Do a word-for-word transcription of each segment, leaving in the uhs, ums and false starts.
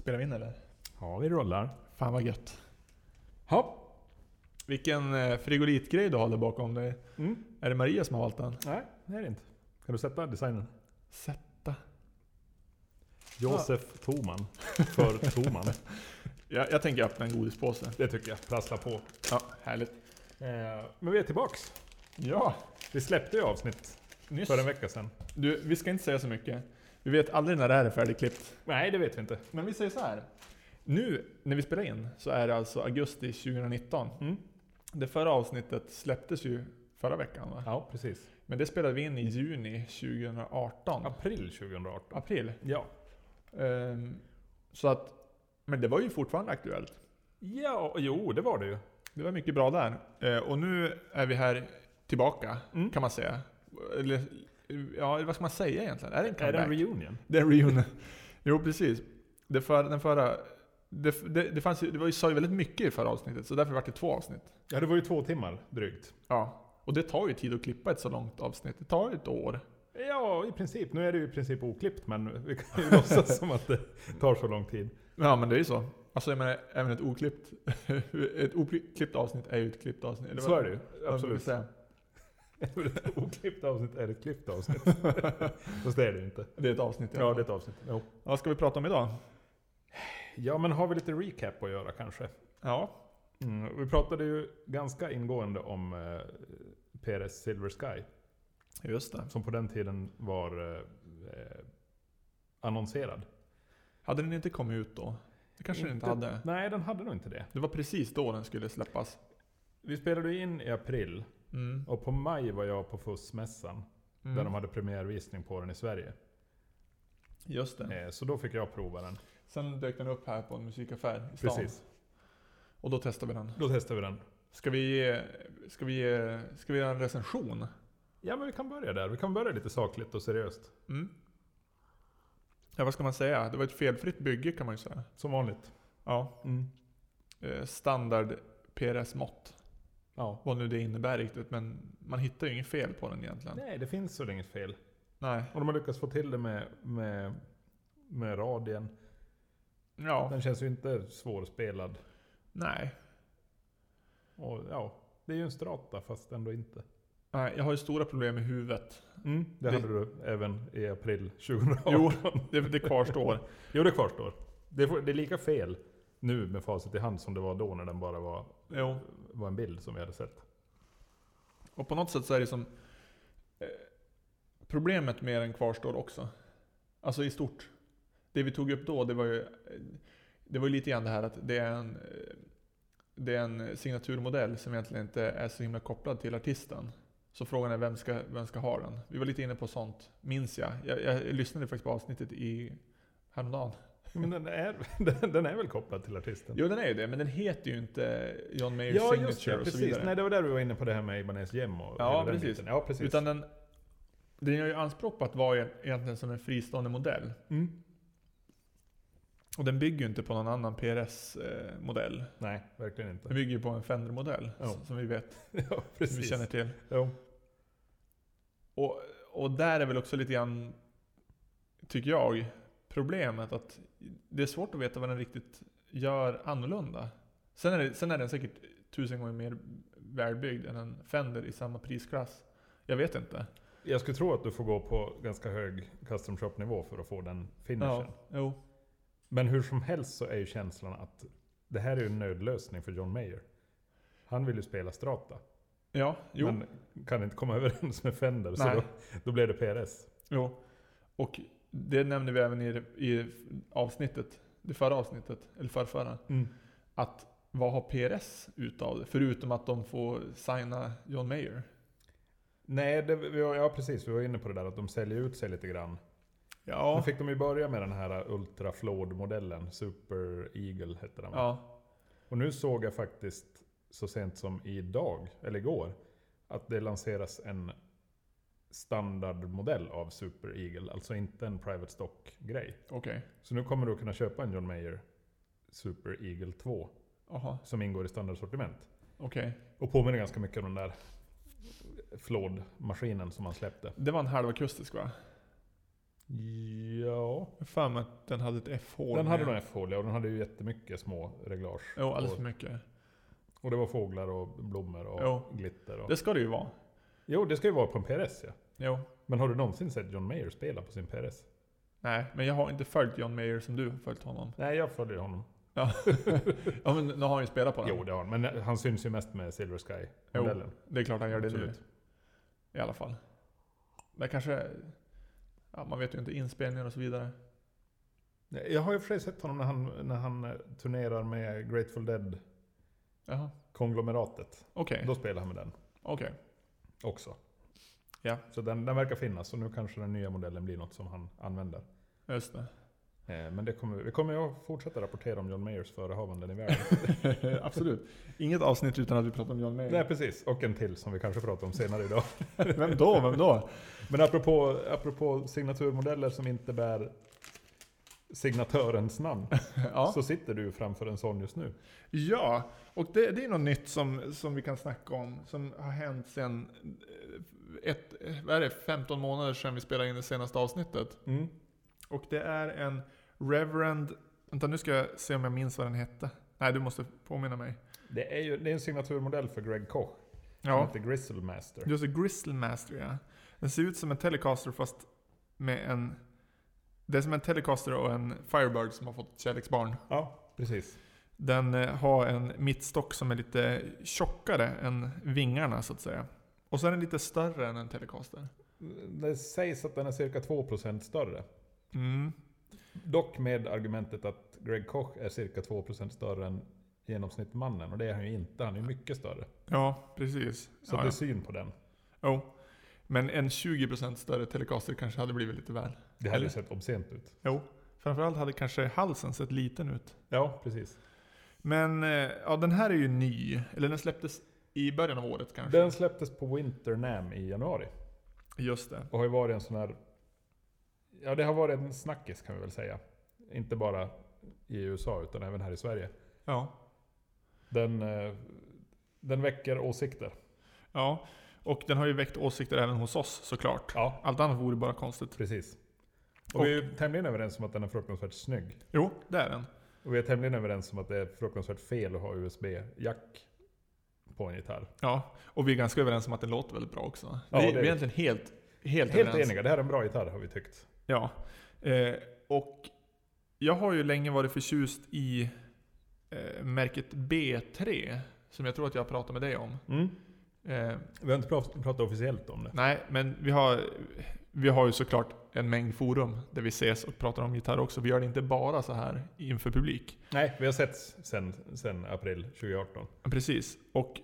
Spelar vi in eller? Ja, vi rullar. Fan vad gött. Hopp. Vilken eh, frigolitgrej du har där bakom dig. Mm. Är det Maria som har valt den? Nej, det är det inte. Kan du sätta designen? Sätta. Josef ah. Thoman. För Thoman. jag, jag tänker öppna en godispåse. Det tycker jag. Prassla på. Ja, härligt. Eh, men vi är tillbaks. Ja. Vi släppte ju avsnitt Nyss. för en vecka sedan. Du, vi ska inte säga så mycket. Vi vet aldrig när det här är färdigklippt. Nej, det vet vi inte. Men vi säger så här. Nu, när vi spelar in, så är det alltså augusti tjugonitton. Mm. Det förra avsnittet släpptes ju förra veckan, va? Ja, precis. Men det spelade vi in i juni tjugoarton. April tjugoarton. April. Ja. Um, så att, men det var ju fortfarande aktuellt. Ja, jo, det var det ju. Det var mycket bra där. Uh, och nu är vi här tillbaka, mm. kan man säga. Eller, ja, vad ska man säga egentligen? Är det en comeback? Är det en reunion? Det är en reunion. Jo, precis. Det, för, den förra, det, det, det, fanns ju, det var ju, sa ju väldigt mycket i förra avsnittet, så därför var det två avsnitt. Ja, det var ju två timmar drygt. Ja, och det tar ju tid att klippa ett så långt avsnitt. Det tar ju ett år. Ja, i princip. Nu är det ju i princip oklippt, men vi kan ju låtsas som att det tar så lång tid. Ja, men det är ju så. Alltså jag menar, även ett oklippt ett oklippt avsnitt är ju ett klippt avsnitt. Eller så är det ju, absolut. Ett oklippt avsnitt är ett klippt avsnitt. Fast det är det inte. Det är ett avsnitt. Ja, det är ett avsnitt. Jo. Vad ska vi prata om idag? Ja, men har vi lite recap att göra kanske? Ja. Mm, vi pratade ju ganska ingående om eh, P R S Silver Sky. Just det. Som på den tiden var eh, annonserad. Hade den inte kommit ut då? Det kanske inte, den inte hade. Nej, den hade nog inte det. Det var precis då den skulle släppas. Vi spelade in i april. Mm. Och på maj var jag på F U S-mässan. Mm. Där de hade premiärvisning på den i Sverige. Just det. Eh, så då fick jag prova den. Sen dök den upp här på en musikaffär i stan. Precis. Och då testade vi den. Då testade vi den. Ska vi ge, ska vi ge, ska vi göra en recension? Ja, men vi kan börja där. Vi kan börja lite sakligt och seriöst. Mm. Ja, vad ska man säga? Det var ett felfritt bygge kan man ju säga. Som vanligt. Ja. Mm. Eh, standard P R S-mått. Ja. Vad nu det innebär riktigt. Men man hittar ju inget fel på den egentligen. Nej, det finns så inget fel. Nej. Och de har lyckats få till det med, med, med radien. Ja. Den känns ju inte svårspelad. Nej. Och ja, det är ju en strata fast ändå inte. Nej, jag har ju stora problem med huvudet. Mm, det, det hade du även i april tjugoarton. Jo, det, det kvarstår. Jo, det kvarstår. Det är, det är lika fel nu med facit i hand som det var då när den bara var, jo. var en bild som vi hade sett. Och på något sätt så är det som eh, problemet med den kvarstår också. Alltså i stort. Det vi tog upp då, det var ju det var ju lite grann det här att det är en det är en signaturmodell som egentligen inte är så himla kopplad till artisten. Så frågan är vem ska, vem ska ha den? Vi var lite inne på sånt, minns jag. Jag, jag lyssnade faktiskt på avsnittet i häromdagen. Men den är, den, den är väl kopplad till artisten? Jo, den är ju det, men den heter ju inte John Mayer ja, Signature just det, och precis. så vidare. Nej, det var där du var inne på det här med Ibanez Gem och ja, den precis. biten. Ja, precis. Utan den, den gör ju anspråk på att vara egentligen som en fristående modell. Mm. Och den bygger ju inte på någon annan P R S-modell. Nej, verkligen inte. Den bygger ju på en Fender-modell, ja. som vi vet. Ja, precis. Som vi känner till. Ja. Och, och där är väl också lite grann, tycker jag, problemet att det är svårt att veta vad den riktigt gör annorlunda. Sen är, det, sen är den säkert tusen gånger mer välbyggd än en Fender i samma prisklass. Jag vet inte. Jag skulle tro att du får gå på ganska hög custom shop-nivå för att få den finishen. Ja, jo. Men hur som helst så är ju känslan att det här är ju en nödlösning för John Mayer. Han vill ju spela strata. Ja, jo. Men kan inte komma överens med Fender. Nej. Så då, då blev det P R S. Jo. Och det nämnde vi även i, i avsnittet. Det förra avsnittet. Eller förrförra. Mm. Att vad har P R S utav det? Förutom att de får signa John Mayer. Nej, det, vi var, ja precis. Vi var inne på det där att de säljer ut sig lite grann. Ja. Nu fick de ju börja med den här Ultra Flawed-modellen. Super Eagle hette den. Ja. Och nu såg jag faktiskt så sent som idag, eller igår, att det lanseras en standardmodell av Super Eagle. Alltså inte en private stock-grej. Okej. Okay. Så nu kommer du kunna köpa en John Mayer Super Eagle två. Aha. Som ingår i standardsortiment. Okej. Okay. Och påminner ganska mycket om den där Flawed-maskinen som man släppte. Det var en halvakustisk, va? Ja. För mig att den hade ett F-hål. Den hade nog F-hål, ja. Och den hade ju jättemycket små reglage. Jo, alldeles och, för mycket. Och det var fåglar och blommor och jo. glitter. Och... Det ska det ju vara. Jo, det ska ju vara på en P R S, ja. Jo. Men har du någonsin sett John Mayer spela på sin P R S? Nej, men jag har inte följt John Mayer som du har följt honom. Nej, jag följer honom. Ja, ja men nu har han ju spelat på den. Jo, det har han. Men han syns ju mest med Silver Sky-modellen. Jo, det är klart han gör det Absolut. nu. I alla fall. Men kanske... Ja, man vet ju inte inspelningar och så vidare. Jag har ju för sig sett honom när han, när han turnerar med Grateful Dead. Jaha. Konglomeratet. Okej. Okay. Då spelar han med den. Okej. Okay. Också. Ja. Så den, den verkar finnas. Och nu kanske den nya modellen blir något som han använder. Just det. Men det kommer, vi kommer ju att fortsätta rapportera om John Mayers förehavanden i världen. Absolut. Inget avsnitt utan att vi pratar om John Mayer. Nej, precis. Och en till som vi kanske pratar om senare idag. Vem då? Vem då? Men apropå, apropå signaturmodeller som inte bär signatörens namn. Ja. Så sitter du framför en sån just nu. Ja, och det, det är något nytt som, som vi kan snacka om. Som har hänt sedan ett, vad är det, femton månader sedan vi spelade in det senaste avsnittet. Mm. Och det är en Reverend... Vänta, nu ska jag se om jag minns vad den hette. Nej, du måste påminna mig. Det är ju det är en signaturmodell för Greg Koch. Som ja. heter Grizzlemaster. Just det, Grizzlemaster, ja. Den ser ut som en Telecaster fast med en... Det är som en Telecaster och en Firebird som har fått kärleksbarn. Ja, precis. Den eh, har en mittstock som är lite tjockare än vingarna så att säga. Och så är den lite större än en Telecaster. Det sägs att den är cirka två procent större. Mm. Dock med argumentet att Greg Koch är cirka två procent större än genomsnittsmannen. Och det är han ju inte, han är mycket större. Ja, precis. Så ja, det är ja. syn på den. Jo. Men en tjugo procent större Telecaster kanske hade blivit lite väl. Det hade ju sett obscent ut. Jo. Framförallt hade kanske halsen sett liten ut. Ja, precis. Men ja, den här är ju ny. Eller den släpptes i början av året kanske. Den släpptes på Winter Nam i januari. Just det. Och har ju varit en sån här... Ja, det har varit en snackis kan vi väl säga. Inte bara i U S A utan även här i Sverige. Ja. Den, den väcker åsikter. Ja, och den har ju väckt åsikter även hos oss såklart. Ja. Allt annat vore bara konstigt. Precis. Och, och vi är tämligen överens om att den är fruktansvärt snygg. Jo, det är den. Och vi är tämligen överens om att det är fruktansvärt fel att ha U S B-jack på en gitarr. Ja, och vi är ganska överens om att den låter väldigt bra också. Ja, vi, det är vi är egentligen helt, helt, helt överens. eniga. Det här är en bra gitarr har vi tyckt. Ja, eh, och jag har ju länge varit förtjust i eh, märket B tre. Som jag tror att jag har pratat med dig om. Mm. Eh, vi har inte pratat, pratat officiellt om det. Nej, men vi har, vi har ju såklart en mängd forum där vi ses och pratar om gitarr också. Vi gör det inte bara så här inför publik. Nej, vi har sett sen, sen april tjugoarton. Precis. Och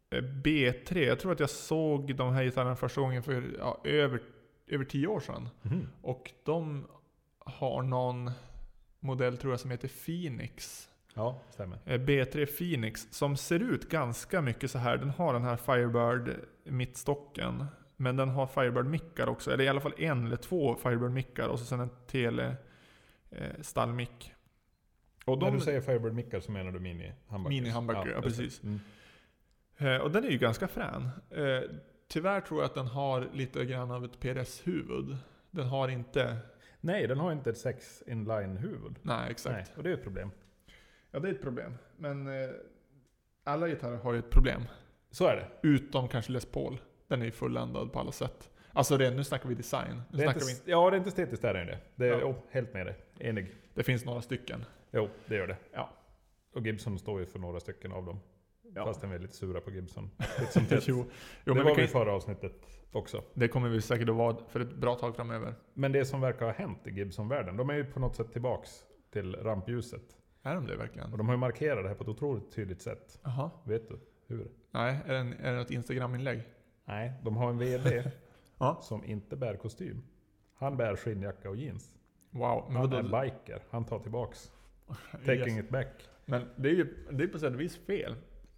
B tre, jag tror att jag såg de här gitarrerna första gången för ja, över, över tio år sedan. Mm. Och de har någon modell tror jag som heter Phoenix. Ja, stämmer. B tre Phoenix som ser ut ganska mycket så här. Den har den här Firebird mittstocken. Men den har Firebird-mickar också. Eller i alla fall en eller två Firebird-mickar. Och så sen en tele eh, stallmick. Och när du säger Firebird-mickar så menar du mini-humbuckers? Mini-humbucker, ja, ja precis. Mm. Eh, och den är ju ganska frän. Eh, tyvärr tror jag att den har lite grann av ett P R S-huvud. Den har inte... Nej, den har inte ett sex inline-huvud. Nej, exakt. Nej, och det är ett problem. Ja, det är ett problem. Men eh, alla gitarrer har ju ett problem. Så är det. Utom kanske Les Paul. Den är ju fulländad på alla sätt. Alltså det, nu snackar vi design. Nu det är snackar inte, vi... Ja, det är inte estetiskt där är det. Det är ja. oh, helt med det. Enig. Det finns några stycken. Jo, det gör det. Ja. Och Gibson står ju för några stycken av dem. Ja. Fast den är lite sura på Gibson. jo. Jo, det men var vi kan... i förra avsnittet också. Det kommer vi säkert att vara för ett bra tag framöver. Men det som verkar ha hänt i Gibson-världen, de är ju på något sätt tillbaks till rampljuset. Är de det verkligen? Och de har ju markerat det här på ett otroligt tydligt sätt. Aha. Vet du hur? Nej, är det, en, är det något Instagram-inlägg? Nej, de har en vd ja. som inte bär kostym. Han bär skinnjacka och jeans. Wow. Men han vadå? är biker. Han tar tillbaks. Taking yes. it back. Men det är ju det är på sätt och vis fel.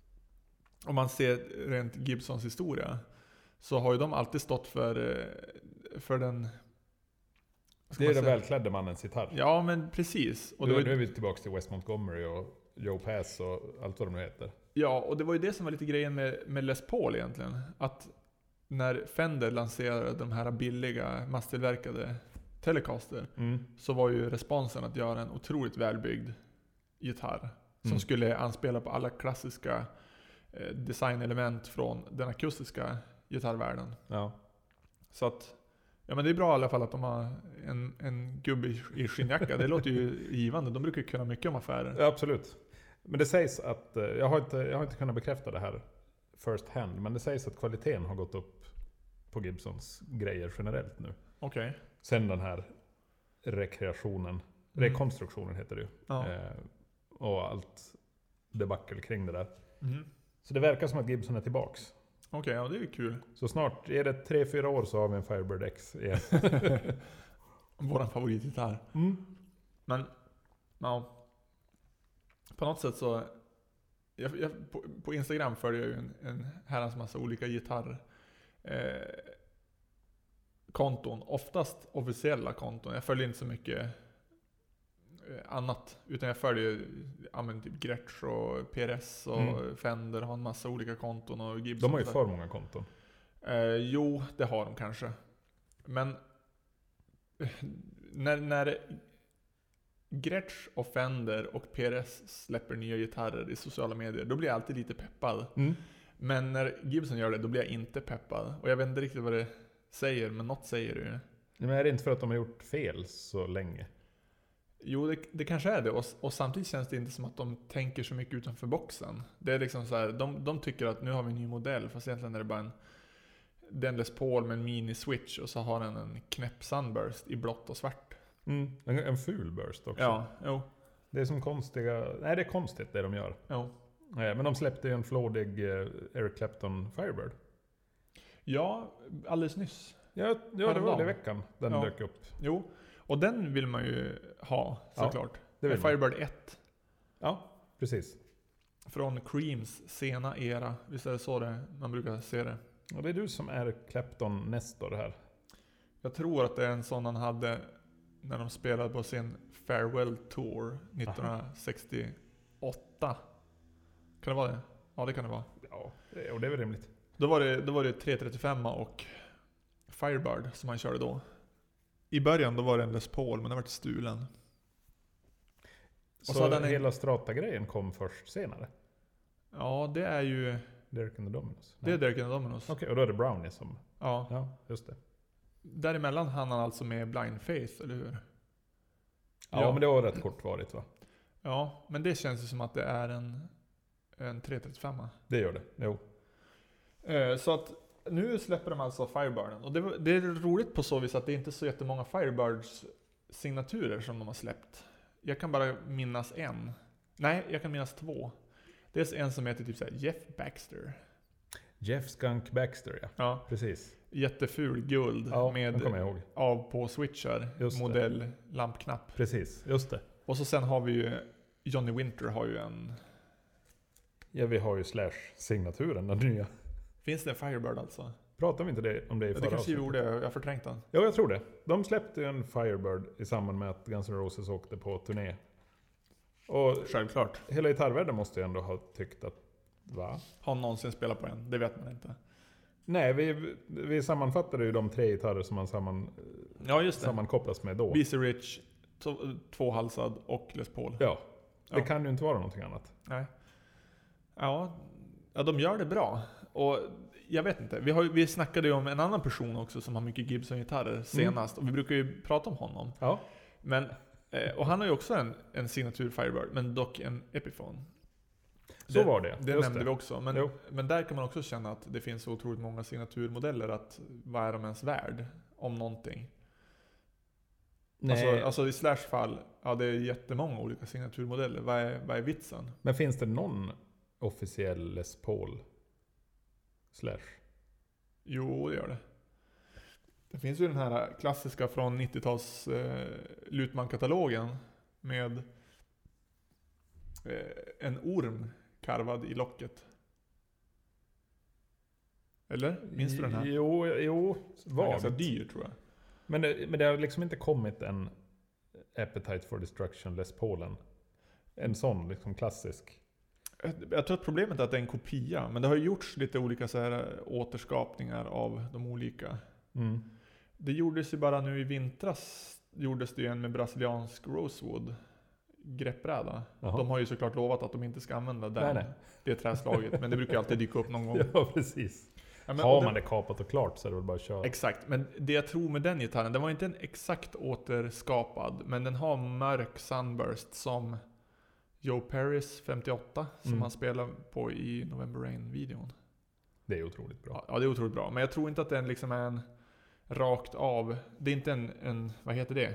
Om man ser rent Gibsons historia så har ju de alltid stått för, för den... Det är den välklädde mannens gitarr. Ja, men precis. Och nu, var... nu är vi tillbaka till West Montgomery och Joe Pass och allt vad de nu heter. Ja, och det var ju det som var lite grejen med, med Les Paul egentligen. Att när Fender lanserade de här billiga masstillverkade Telecaster, Mm. så var ju responsen att göra en otroligt välbyggd gitarr som Mm. skulle anspela på alla klassiska eh, designelement från den akustiska gitarrvärlden. Ja. Så att, ja men det är bra i alla fall att de har en, en gubbe i, i skinnjacka. Det låter ju givande. De brukar ju kunna mycket om affärer. Ja, absolut. Men det sägs att, eh, jag har, inte, jag har inte kunnat bekräfta det här first hand, men det sägs att kvaliteten har gått upp på Gibsons grejer generellt nu. Okej. Okay. Sen den här rekreationen, Mm. rekonstruktionen heter det ju. Ja. Eh, och allt debacle kring det där. Mm. Så det verkar som att Gibson är tillbaks. Okej, okay, ja det är ju kul. Så snart, är det tre fyra år så har vi en Firebird X igen. Våran favoritgitarr. Mm. Men, ja. På något sätt så, jag, jag, på, på Instagram följer jag ju en, en herrans massa olika gitarr eh, konton. Oftast officiella konton. Jag följer inte så mycket eh, annat. Utan jag följer ja, men typ Gretsch och P R S och Mm. Fender har en massa olika konton. Och Gibson. De har ju för många konton. Eh, jo, det har de kanske. Men eh, när, när Gretsch och Fender och P R S släpper nya gitarrer i sociala medier, då blir jag alltid lite peppad. Mm. Men när Gibson gör det, då blir jag inte peppad. Och jag vet inte riktigt vad det säger, men något säger det ju. Men är det inte för att de har gjort fel så länge? Jo, det, det kanske är det. Och, och samtidigt känns det inte som att de tänker så mycket utanför boxen. Det är liksom så här, de, de tycker att nu har vi en ny modell, fast egentligen är det bara en den Les Paul med en mini-switch och så har den en knäpp Sunburst i blått och svart. Mm. En, en ful burst också. Ja, jo. Det är som konstiga... Nej, det är konstigt det de gör. jo. Nej, men de släppte ju en flådig eh, Eric Clapton Firebird. Ja, alldeles nyss. Ja, ja det var Häromdagen. väl i veckan den Ja. dök upp. Jo, och den vill man ju ha såklart. Det vill En man. Firebird ett. Ja, precis. Från Creams sena era. Visst är det så det, man brukar se det? Och det är du som är Clapton Nestor här. Jag tror att det är en sån han hade när de spelade på sin Farewell Tour nittonhundrasextioåtta. Kan det vara det? Ja, det kan det vara. Ja, det- och det är väl rimligt. Då var det, då var det tre trettiofem och Firebird som han körde då. I början då var det en Les Paul, men den var stulen. Så, så hade han en- hela Strata-grejen kom först senare? Ja, det är ju... Derek and the Dominos? Det är Derek and the Dominos. Okej, och då är det Brownie som... Ja. Ja, just det. Däremellan hann han alltså med Blind Faith, eller hur? Ja, Ja. men det var rätt kortvarigt va? Ja, men det känns ju som att det är en, en tre trettiofem. Det gör det, jo. Eh, så att nu släpper de alltså Firebirden. Och det, var- det är roligt på så vis att det är inte så jättemånga Firebirds signaturer som de har släppt. Jag kan bara minnas en. Nej, jag kan minnas två. Dels en som heter typ så här Jeff Baxter. Jeff Skunk Baxter, ja. Ja, Precis. jätteful guld Ja, den med kommer jag ihåg. av på switchar, Just det. modell lampknapp. Precis, just det. Och så sen har vi ju Johnny Winter har ju en. Ja, vi har ju Slash-signaturen, den nya. Finns det en Firebird alltså? Pratar vi inte det, om det i Ja, förra det kanske vi avsnittet? gjorde, jag har förträngt den. Ja, jag tror det. De släppte ju en Firebird i samband med att Guns N' Roses åkte på turné. Och Självklart. hela gitarrvärlden måste ju ändå ha tyckt att... Va? Har någonsin spelat på en? Det vet man inte. Nej, vi, vi sammanfattade ju de tre gitarrer som man samman, Ja, just det. sammankopplas med då. B C Rich, to- tvåhalsad och Les Paul. Ja, det Ja. kan ju inte vara någonting annat. Nej. Ja, ja, de gör det bra. Och jag vet inte. Vi, har, ju- vi snackade ju om en annan person också som har mycket Gibson-gitarrer senast. Och vi brukar ju prata om honom. Ja, Men, eh, och han har ju också en, en signatur Firebird, men dock en Epiphone. så det, var det. Det Just nämnde det. vi också. Men, Jo. men där kan man också känna att det finns så otroligt många signaturmodeller. Att vad är de ens värd? Om någonting. Nej, Alltså, alltså i Slash fall, ja det är jättemånga olika signaturmodeller. Vad är, vad är vitsen? men finns det någon officiell Les Paul Slash? Jo, det gör det. Det finns ju den här klassiska från nittio-tals eh, Lutman-katalogen med eh, en orm karvad i locket. Eller? Minns du den här? Jo, jo Den är ganska vagt. dyr tror jag. Men det, men det har liksom inte kommit en Appetite for Destruction Les Paulen. En sån liksom klassisk. Jag, jag tror att problemet är att det är en kopia. Men det har ju gjorts lite olika så här återskapningar av de olika. Mm. Det gjordes ju bara nu i vintras. Gjordes det ju en med brasiliansk Rosewood greppbräda. Jaha. De har ju såklart lovat att de inte ska använda den, Nej, nej. det träslaget. Men det brukar ju alltid dyka upp någon gång. Ja, precis. Ja, men, har det, man det kapat och klart så är det väl bara att köra. Exakt, men det jag tror med den gitarren, den var inte en exakt återskapad, men den har mörk sunburst som Joe Perrys femtioåtta som Mm. han spelar på i November Rain-videon. Det är otroligt bra. Ja, det är otroligt bra. Men jag tror inte att den liksom är en rakt av, det är inte en, en vad heter det?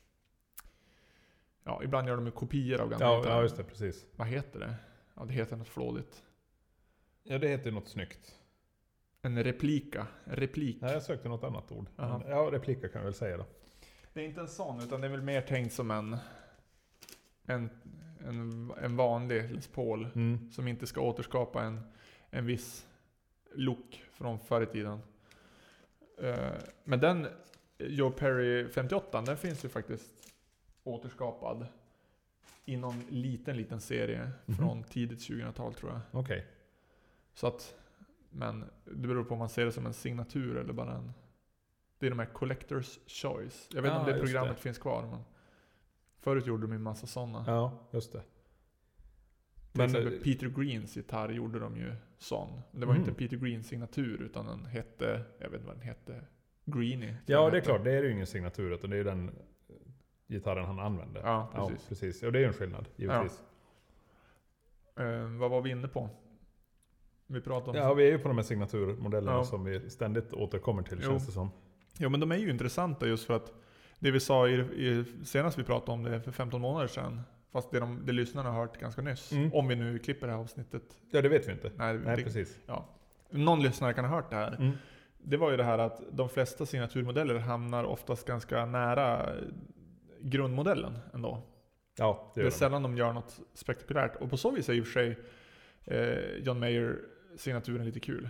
Ja, ibland gör de ju kopior av gamla Ja, gitarrer. ja, just det, precis. Vad heter det? Ja, det heter något flådigt. Ja, det heter ju något snyggt. En replika. Replik. Nej, jag sökte något annat ord. Aha. Men, ja, replika kan jag väl säga då. Det är inte en sån, utan det är väl mer tänkt som en en, en, en vanlig Les Paul Mm. som inte ska återskapa en, en viss look från förr i tiden. Uh, men den Joe Perry femtioåtta, den finns ju faktiskt återskapad i någon liten, liten serie Mhm. från tidigt tjugohundratal tror jag. Okej. Så att, men det beror på om man ser det som en signatur eller bara en... Det är de här Collector's Choice. Jag vet inte Ah, om det just programmet det. finns kvar, men förut gjorde de en massa sådana. Ja, just det. Till Men, exempel eh, Peter Greens gitarr gjorde de ju sån. Det var Mhm. inte Peter Greens signatur, utan den hette, jag vet inte vad den hette, Greenie. tror Ja, jag det är hette. klart. Det är ju ingen signatur, utan det är ju den eh, gitarren han använder. Ja, precis. Ja, precis. Och det är ju en skillnad, givetvis. Eh, vad var vi inne på? Vi pratade om... Ja, vi är ju på de här signaturmodellerna Ja. som vi ständigt återkommer till, Jo. känns det som. Jo, men de är ju intressanta just för att det vi sa i, i senast vi pratade om det för femton månader sedan, fast det, de, det lyssnarna har hört ganska nyss, Mm. om vi nu klipper det här avsnittet. Ja, det vet vi inte. Nej, Nej, det, precis. ja. Någon lyssnare kan ha hört det här. Mm. Det var ju det här att de flesta signaturmodeller hamnar oftast ganska nära grundmodellen ändå. Ja, det Det gör är de. sällan de gör något spektakulärt. Och på så vis är i och för sig eh, John Mayer-signaturen lite kul.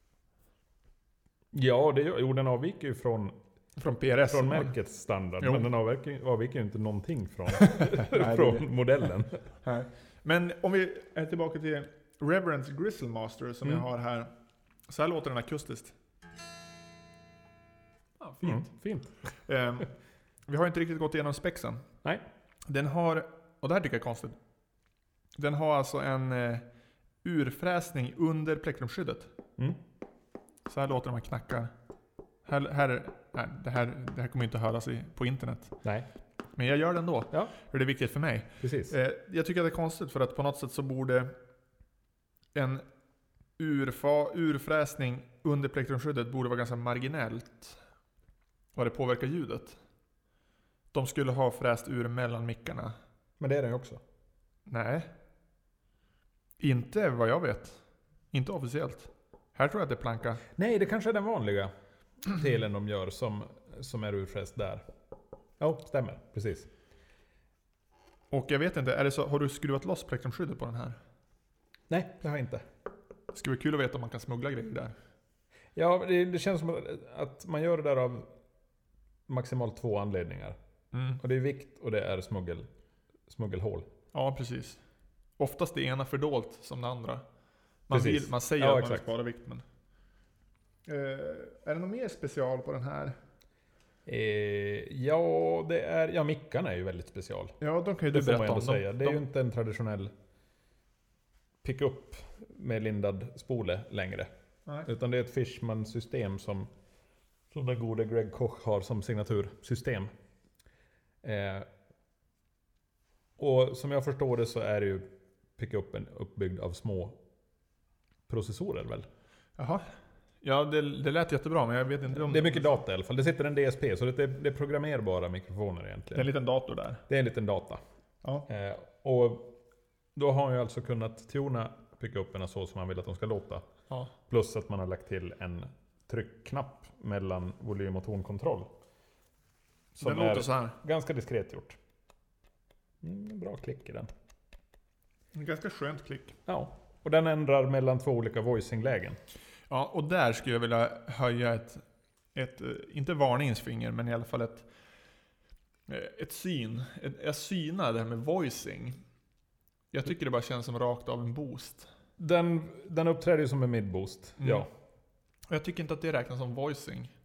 Ja, det, jo, den avviker ju från, Från P R S. från märkets standard. Jo. Men den avviker, avviker ju inte någonting från, Nej, det är från det. modellen. Nej. Men om vi är tillbaka till Reverence Grizzlemaster som Mm. jag har här. Så här låter den akustiskt. Ja, fint. Mm, fint. Ehm, vi har inte riktigt gått igenom spexen. Nej. Den har, och det här tycker jag är konstigt. Den har alltså en eh, urfräsning under plektrumskyddet. Mm. Så här låter de här knackar. Här, här, nej, det, här, det här kommer inte att höras i, på internet. Nej, Men jag gör det ändå. Ja. För det är viktigt för mig. precis. Eh, jag tycker att det är konstigt för att på något sätt så borde en urfa, urfräsning under plektrumskyddet borde vara ganska marginellt vad det påverkar ljudet. De skulle ha fräst ur mellan mickarna. Men det är den ju också. Nej. Inte vad jag vet. Inte officiellt. Här tror jag att det är planka. Nej, det kanske är den vanliga telen de gör som, som är urfräst där. Ja, stämmer. Precis. Och jag vet inte, är det så, har du skruvat loss plektrumskyddet på den här? Nej, det har jag inte. Det skulle vara kul att veta om man kan smuggla grejer där. Ja, det, det känns som att, att man gör det där av maximalt två anledningar. Mm. Och det är vikt och det är smuggel, smuggelhål. Ja, precis. Oftast det ena fördolt som det andra. Man, Precis. vill, man säger Ja, att man vill exakt. spara vikt, men... Eh, är det något mer special på den här? Eh, ja, det är, ja, mickarna är ju väldigt special. Ja, de kan ju Det du får man berätta ändå om. säga. De, Det är de, ju inte en traditionell pick-up med lindad spole längre. nej. Utan det är ett Fishman-system som, som den gode Greg Koch har som signatursystem. Eh, och som jag förstår det så är det ju pick-upen uppbyggd av små processorer väl? Jaha. Ja, det, det lät jättebra, men jag vet inte om... Det är mycket data i alla fall. Det sitter en D S P, så det är, det är programmerbara mikrofoner Det är egentligen. en liten dator där. Det är en liten data. Ja. Eh, och då har man ju alltså kunnat tuna pick-uperna så som man vill att de ska låta. Ja. Plus att man har lagt till en tryckknapp mellan volym och tonkontroll. Som Den låter är så här. ganska diskret gjort. Mm, bra klick i den. En ganska skönt klick. Ja, och den ändrar mellan två olika voicing-lägen. Ja, och där skulle jag vilja höja ett, ett, eh, inte varningsfinger, men i alla fall ett, eh, ett syn. Ett, jag synar det här med voicing. Jag tycker det bara känns som rakt av en boost. Den, den uppträder ju som en mid-boost. Mm. Ja. Och jag tycker inte att det räknas som voicing.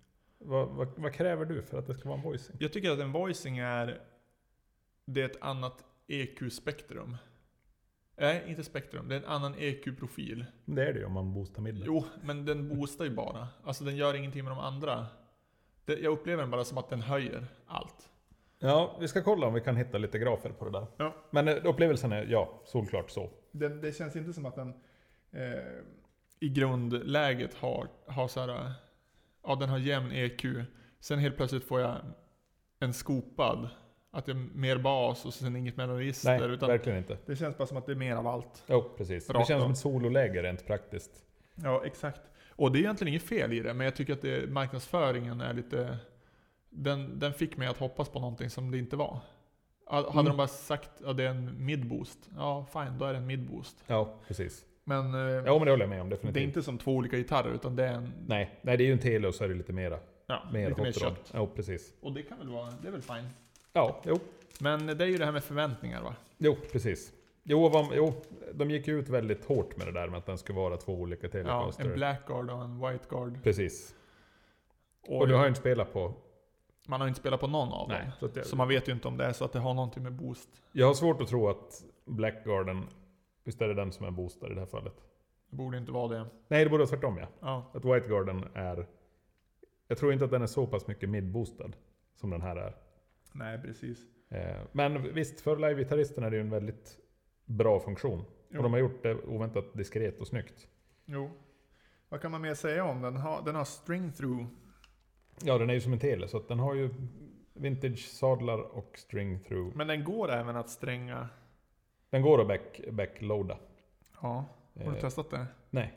vad, vad, vad kräver du för att det ska vara en voicing? Jag tycker att en voicing är det är ett annat E Q-spektrum. Nej, inte spektrum. Det är en annan E Q-profil. Det är det ju om man boostar midden. Jo, men den boostar ju bara. Alltså den gör ingenting med de andra. Det, jag upplever den bara som att den höjer allt. Ja, vi ska kolla om vi kan hitta lite grafer på det där. Ja. Men eh, upplevelsen är, ja, solklart så. Det, det känns inte som att den eh, i grundläget har, har så här, ja, den har jämn E Q. Sen helt plötsligt får jag en skopad. Att det är mer bas och sen inget mellanregister. Nej, utan verkligen inte. det känns bara som att det är mer av allt. Jo, precis. Rakt det känns av. som ett sololäge rent praktiskt. Ja, exakt. Och det är egentligen inget fel i det, men jag tycker att det, marknadsföringen är lite... Den, den fick mig att hoppas på någonting som det inte var. Hade Mm. de bara sagt att ja, det är en midboost, ja fine, då är det en midboost. Ja, precis. Men, eh, Ja, men det håller jag med om definitivt. det är inte som två olika gitarrer, utan det är en... Nej, nej, det är ju en tele och så är det lite mera. Ja, Mer lite mer hot rod. kött. Ja, precis. Och det kan väl vara, det är väl fine. Ja, jo. Men det är ju det här med förväntningar, va? Jo, precis. Jo, vad, jo, de gick ju ut väldigt hårt med det där med att den skulle vara två olika Ja, Telecaster. en Blackguard och en Whiteguard. Precis. Och, Och du har ju inte spelat på... man har inte spelat på någon av Nej, dem. så att jag, Så man vet ju inte om det är så att det har någonting med boost. jag har svårt att tro att Blackguarden, visst är det den som är boostad i det här fallet? Det borde inte vara det. Nej, det borde vara tvärtom, ja. Ja, Att Whiteguarden är... Jag tror inte att den är så pass mycket mid-boostad som den här är. nej precis. Eh, Men visst, för live-gitarristerna är det ju en väldigt bra funktion. Jo. Och de har gjort det oväntat diskret och snyggt. Jo. Vad kan man mer säga om den? Har, den har string through. Ja, den är ju som en tele, så att den har ju vintage-sadlar och string through. Men den går även att stränga. Den går att back, backloada. Ja, har du Eh, testat det? nej.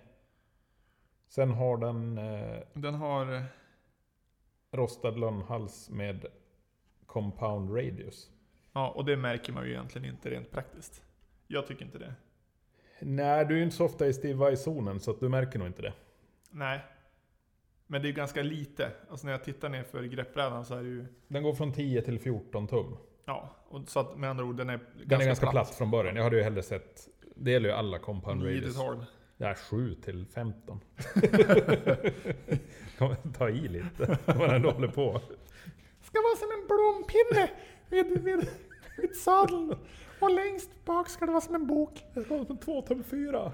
Sen har den eh, Den har... eh, rostad lönnhals med compound radius. Ja, och det märker man ju egentligen inte rent praktiskt. Jag tycker inte det. Nej, du är ju inte så ofta i Steve Vai-zonen, så att du märker nog inte det. Nej. Men det är ganska lite. Alltså när jag tittar ner för greppbrädan så är det ju... Den går från tio till fjorton tum. Ja, och så att med andra ord, den är ganska, Den är ganska platt. från början. Jag hade ju hellre sett... Det gäller ju alla compound nio till radius. tolv. Ja, sju till femton. Kan man ta i lite när man ändå håller på. Ska vara som en blompinne vid, vid, vid sadeln. Och längst bak ska det vara som en bok. Det ska vara som två tum fyra.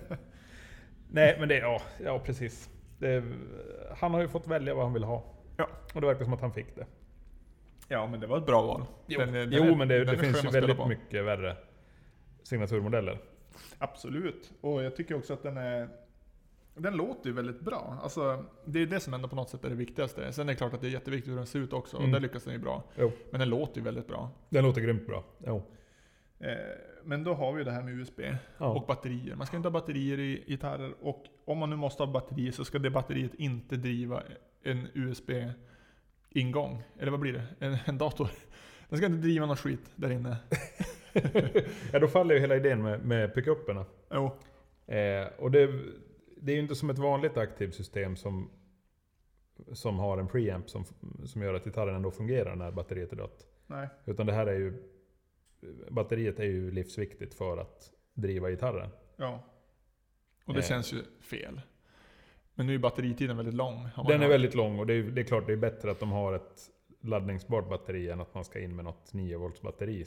Nej, men det är... Ja, ja precis. Det, han har ju fått välja vad han vill ha. Ja. Och det verkar som att han fick det. Ja, men det var ett bra val. Jo, Den är- den jo är- men det, den det är finns skön ju att spela väldigt på. mycket värre signaturmodeller. Absolut. Och jag tycker också att den är... Den låter ju väldigt bra. Alltså, det är det som ändå på något sätt är det viktigaste. Sen är det klart att det är jätteviktigt hur den ser ut också. Mm. Och där lyckas den ju bra. Jo. Men den låter ju väldigt bra. Den låter grymt bra. Jo. Eh, men då har vi ju det här med U S B Ja. och batterier. Man ska inte ha batterier i gitarrer. Och om man nu måste ha batterier så ska det batteriet inte driva en U S B-ingång. Eller vad blir det? En, en dator. Den ska inte driva någon skit där inne. Ja, då faller ju hela idén med, med pick-upperna. Jo. Eh, och det, det är ju inte som ett vanligt aktivt system som, som har en preamp som, som gör att gitarren ändå fungerar när batteriet är dött. Nej. Utan det här är ju... Batteriet är ju livsviktigt för att driva gitarren. Ja. Och det Eh. känns ju fel. Men nu är batteritiden väldigt lång. har man Den är hört. väldigt lång och det är, det är klart det är bättre att de har ett laddningsbart batteri än att man ska in med något nio volts batteri.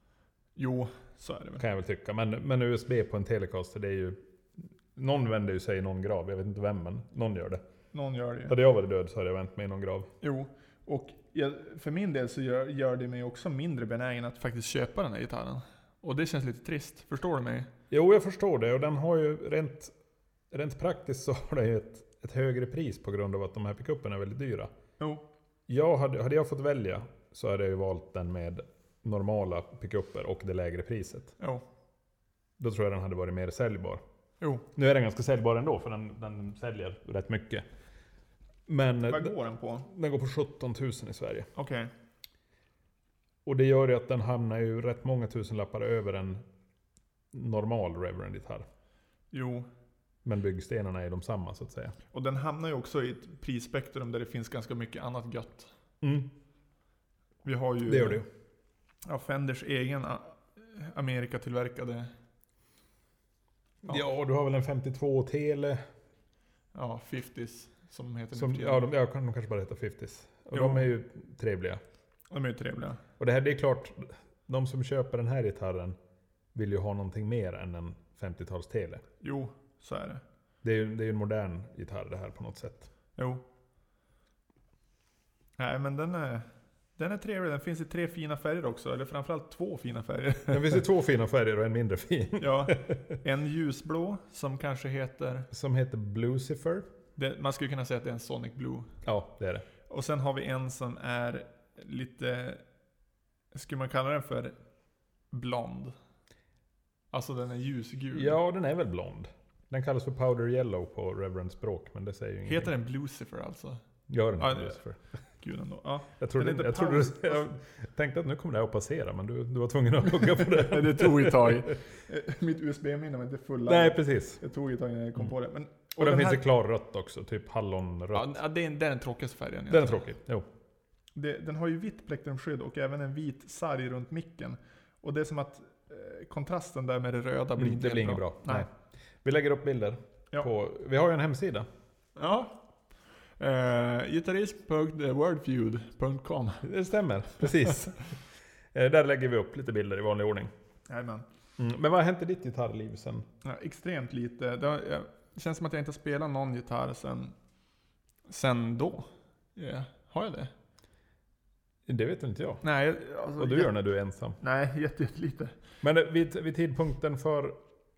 Jo, så är det väl. Kan jag väl tycka. Men, men U S B på en Telecaster, det är ju... Någon vänder ju sig i någon grav. Jag vet inte vem, men någon gör det. Någon gör det ju. Hade jag varit död så hade jag vänt mig i någon grav. Jo, och jag, för min del så gör, gör det mig också mindre benägen att faktiskt köpa den här gitarren. Och det känns lite trist, förstår du mig? Jo, jag förstår det. Och den har ju rent, rent praktiskt så har den ju ett, ett högre pris på grund av att de här pickupperna är väldigt dyra. Jo. Jag hade, hade jag fått välja så hade jag ju valt den med normala pickupper och det lägre priset. Jo. Då tror jag den hade varit mer säljbar. Jo. Nu är den ganska säljbar ändå för den, den säljer rätt mycket. Men Vad den, går den på? den går på sjutton tusen i Sverige. Okej. Och det gör ju att den hamnar ju rätt många tusenlappar över en normal Reverend-gitarr. Jo. Men byggstenarna är de samma så att säga. Och den hamnar ju också i ett prisspektrum där det finns ganska mycket annat gött. Mm. Vi har ju... Det gör det ju. Ja, Fenders egen a- Amerika-tillverkade... Ja. ja, du har väl en femtiotvå Tele. Ja, femtios. som de heter Som, nu för tiden. ja, de, ja, de kanske bara heter femtios. Och Jo. de är ju trevliga. De är ju trevliga. Och det här, det är klart, de som köper den här gitarren vill ju ha någonting mer än en femtio-tals tele. Jo, så är det. Det är ju det är ju en modern gitarr det här på något sätt. Jo. Nej, men den är, den är trevlig. Den finns i tre fina färger också. Eller framförallt två fina färger. Det finns ju två fina färger och en mindre fin. Ja, en ljusblå som kanske heter... Som heter Blucifer. Det, man skulle kunna säga att det är en Sonic Blue. Ja, det är det. Och sen har vi en som är lite... Skulle man kalla den för blond? Alltså den är ljusgul. Ja, den är väl blond. Den kallas för Powder Yellow på Reverend språk, men det säger ju ingenting. Heter den Blucifer alltså? Gör den Ja, inte Blucifer? Gud ändå. Ja. Jag, trodde, Den heter jag, trodde, Power- jag tänkte att nu kommer det här att passera, men du, du var tvungen att hugga på det. Det tog ett tag. Mitt U S B-minne var inte fulla. Nej, precis. Det tog ett tag innan jag kom Mm. på det. Men, och, Och den, finns här, i klarrött också, typ hallonrött. Ja, det är, det är den tråkigaste färgen. Den är tråkig, jo. Det, den har ju vitt plektrumskydd och även en vit sarg runt micken. Och det är som att eh, kontrasten där med det röda blir Mm, inte det blir helt inget bra. Nej. Nej. Vi lägger upp bilder. Ja. På, vi har ju en hemsida. Ja. Uh, gitarrism punkt wordfeud punkt com. Det stämmer, precis. eh, där lägger vi upp lite bilder i vanlig ordning. Jajamän. Mm. Men vad har hänt i ditt gitarrliv sen? Ja, extremt lite. Det, har, jag, det känns som att jag inte har spelat någon gitarr sen, sen då. Yeah. Har jag det? Det vet inte jag. Nej. Alltså, Och du gör när du är ensam. Nej, jätte, jätte lite. Men eh, vid, vid tidpunkten för,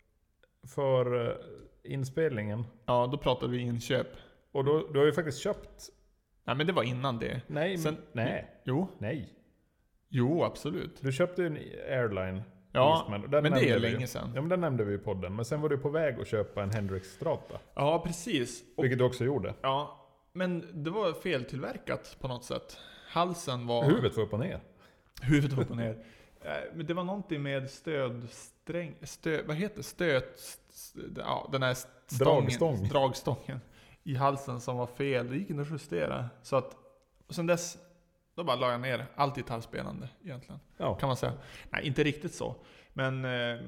för eh, inspelningen. Ja, då pratade vi inköp. Och då, du har ju faktiskt köpt. Nej, men det var innan det. Nej, Sen- men, nej, Jo, nej. jo absolut. Du köpte ju en Airline. Ja, Eastman, och den men det är nämnde vi ju. länge sedan. Ja, men den nämnde vi i podden. Men sen var du på väg att köpa en Hendrix Strata. Ja, precis. Och, Vilket du också gjorde. ja, men det var feltillverkat på något sätt. Halsen var... Huvudet var upp och ner. Huvudet var upp och ner. Eh, Men det var någonting med stödsträng... Stö, vad heter det? Stöt... st- Ja, den här stången, Dragstång. dragstången i halsen som var fel. Det gick inte att justera. Så att... Och sen dess... Då bara la jag ner allt gitarrspelande egentligen. Ja. Kan man säga. Nej, inte riktigt så. Men... Eh,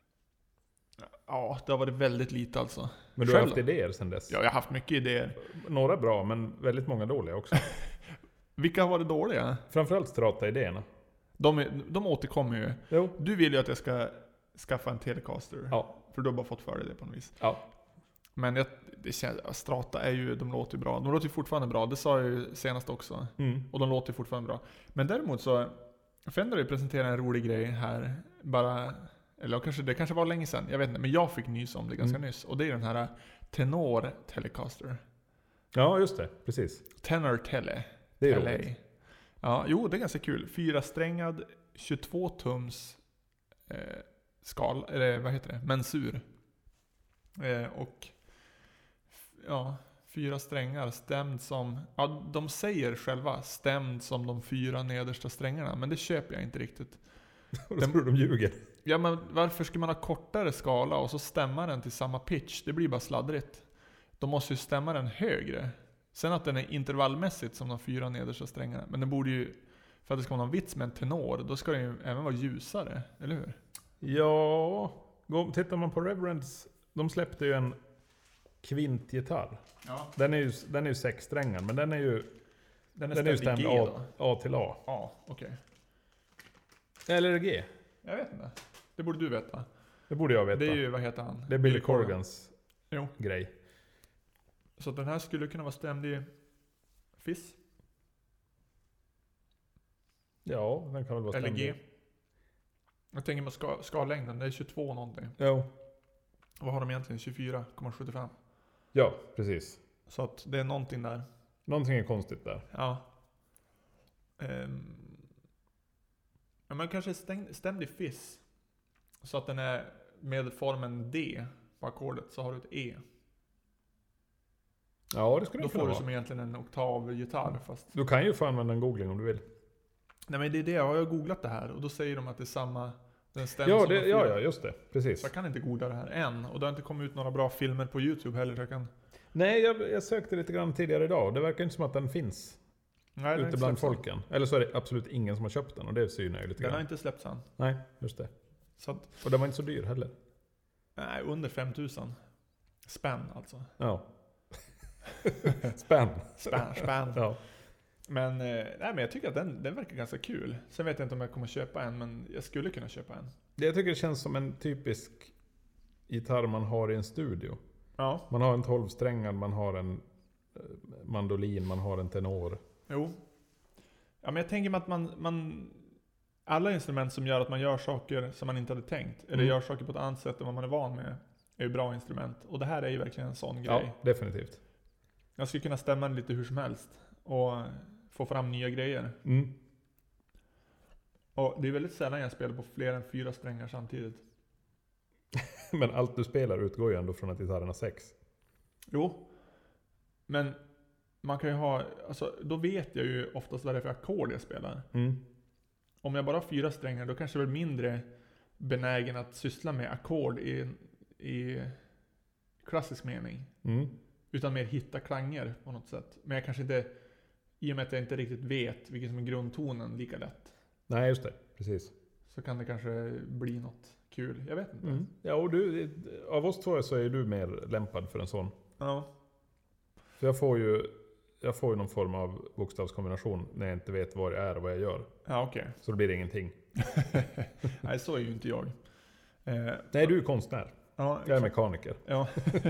ja, det har varit väldigt lite alltså. Men du har Själv haft då? idéer sen dess. Ja, jag har haft mycket idéer. Några bra, men väldigt många dåliga också. Vilka har varit dåliga? Framförallt Strata-idéerna. De, är- de återkommer ju. Jo. Du vill ju att jag ska skaffa en Telecaster. Ja. För du har bara fått för dig det på något vis. Ja. Men jag, det känns, Strata är ju, de låter ju bra. De låter ju fortfarande bra. Det sa jag ju senast också. Mm. Och de låter ju fortfarande bra. Men däremot så, Fender har ju presenterat en rolig grej här. Bara, eller kanske, det kanske var länge sedan. Jag vet inte. Men jag fick nys om det ganska Mm. nyss. Och det är den här Tenor Telecaster. Ja, just det. Precis. Tenor Tele. Det är L A. roligt. Ja, jo, det är ganska kul. Fyra strängad, tjugotvå tums eh, skal, eller vad heter det? Mensur. Eh, och f- ja, fyra strängar stämd som, ja, de säger själva stämd som de fyra nedersta strängarna, men det köper jag inte riktigt. Och då tror de ljuger. Ja, men varför ska man ha kortare skala och så stämma den till samma pitch? Det blir bara sladdrigt. De måste ju stämma den högre. Sen att den är intervallmässigt som de fyra nedersta strängarna. Men den borde ju, för att det ska vara någon vits med en tenor, då ska den ju även vara ljusare, eller hur? Ja, gå- tittar man på Reverends, de släppte ju en kvintgitarr. Ja. Den är ju, den är ju sexsträngad, men den är ju, Den är den är ju stämd i stämd G A, då? A till A. Ja, okej. Eller G. Jag vet inte. Det borde du veta. Det borde jag veta. Det är ju, vad heter han? Det är Billy Corgans Jo. grej. Så den här skulle kunna vara stämd i Fizz. Ja, den kan väl vara Eller stämd. G. Jag tänker på ska, skallängden. Det är tjugotvå någonting. Jo. Vad har de egentligen? tjugofyra komma sjuttiofem. Ja, precis. Så att det är någonting där. Någonting är konstigt där. Ja. Um, ja man kanske är stängd, stämd i Fizz. Så att den är med formen D på ackordet, så har du ett E. Ja, det skulle Då det kunna får du vara. som egentligen en oktavgitarr, fast... Du kan ju få använda en googling om du vill. Nej, men det är det, jag har ju googlat det här och då säger de att det är samma... Den stäms Ja, som det, de ja, fyra. ja, just det. Precis. Så jag kan inte googla det här än. Och det har inte kommit ut några bra filmer på YouTube heller, så jag kan... Nej, jag, jag sökte lite grann tidigare idag. Det verkar inte som att den finns Nej, den har ute inte bland släppts än. folken. Eller så är det absolut ingen som har köpt den och det synar ju lite Den har grann. inte släppts än. Nej, just det. Så att, Och den var inte så dyr heller. nej, under fem tusen spänn alltså. Ja. Spänn. Spänn, spänn. Ja. Men, eh, nej, men jag tycker att den, den verkar ganska kul. Sen vet jag inte om jag kommer köpa en, men jag skulle kunna köpa en. Jag tycker det känns som en typisk gitarr man har i en studio. Ja. Man har en tolvsträngad, man har en mandolin, man har en tenor. Jo. Ja, men jag tänker mig att man, man... Alla instrument som gör att man gör saker som man inte hade tänkt, eller Mm. gör saker på ett annat sätt än vad man är van med, är ju bra instrument. Och det här är ju verkligen en sån Ja, grej. definitivt. Jag skulle kunna stämma den lite hur som helst och få fram nya grejer. Mm. Och det är väldigt sällan jag spelar på fler än fyra strängar samtidigt. Men allt du spelar utgår ju ändå från att gitarren har sex. Jo. Men man kan ju ha, alltså då vet jag ju oftast vad det är för ackord jag spelar. Mm. Om jag bara har fyra strängar, då kanske jag är mindre benägen att syssla med ackord i, i klassisk mening. Mm. Utan mer hitta klanger på något sätt. Men jag kanske inte, i och med att jag inte riktigt vet vilken som är grundtonen lika lätt, Nej, just det. Precis. så kan det kanske bli något kul. Jag vet inte. Mm. Ja, och du, av oss två så är du mer lämpad för en sån. Ja. För jag får ju jag får ju någon form av bokstavskombination när jag inte vet vad det är och vad jag gör. Ja, okej. Så då blir det ingenting. Nej, så är ju inte jag. Eh, Nej, du är konstnär. ja, Jag är mekaniker. Ja.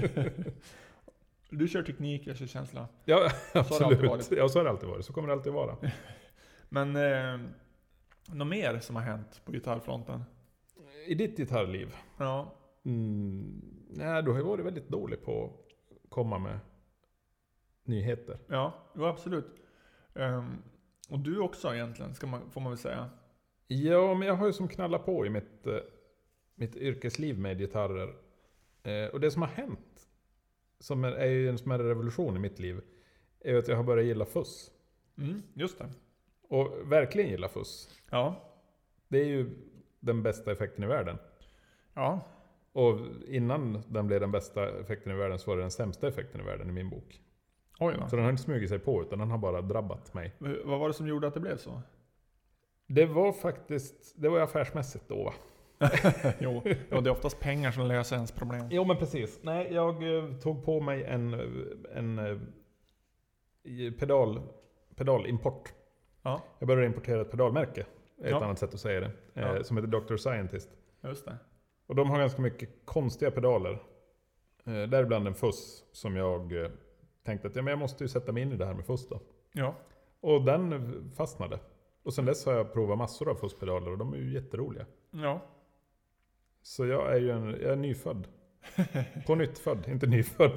Du kör teknik, jag kör känsla. Ja, Så har det alltid varit. absolut. Ja, så har det alltid varit. Så kommer det alltid vara. Men eh, något mer som har hänt på gitarrfronten? I ditt gitarrliv? Ja. Mm, nej, du har ju varit väldigt dålig på att komma med nyheter. Ja, jo, absolut. Um, och du också egentligen, ska man, får man väl säga. Ja, men jag har ju som knallat på i mitt, eh, mitt yrkesliv med gitarrer. Eh, och det som har hänt, som är, är ju en smärre revolution i mitt liv, är ju att jag har börjat gilla fuss. Mm, just det. Och verkligen gilla fuss. Ja. Det är ju den bästa effekten i världen. Ja. Och innan den blev den bästa effekten i världen så var det den sämsta effekten i världen i min bok. Oj då. Så den har inte smugit sig på, utan den har bara drabbat mig. V- Vad var det som gjorde att det blev så? Det var faktiskt, det var ju affärsmässigt då, va? Jo, ja, det är oftast pengar som löser ens problem. Jo, men precis. Nej, jag eh, tog på mig en, en eh, pedal, pedalimport. Ja, Jag började importera ett pedalmärke, ett Ja. annat sätt att säga det, eh, Ja. som heter doctor Scientist. just det. Och de har ganska mycket konstiga pedaler. Eh, däribland en fuss som jag eh, tänkte att ja, men jag måste ju sätta mig in i det här med fuss då. Ja. Och den fastnade. Och sen dess har jag provat massor av fusspedaler och de är ju jätteroliga. Ja. Så jag är ju en, jag är nyfödd. På nytt född, inte nyfödd.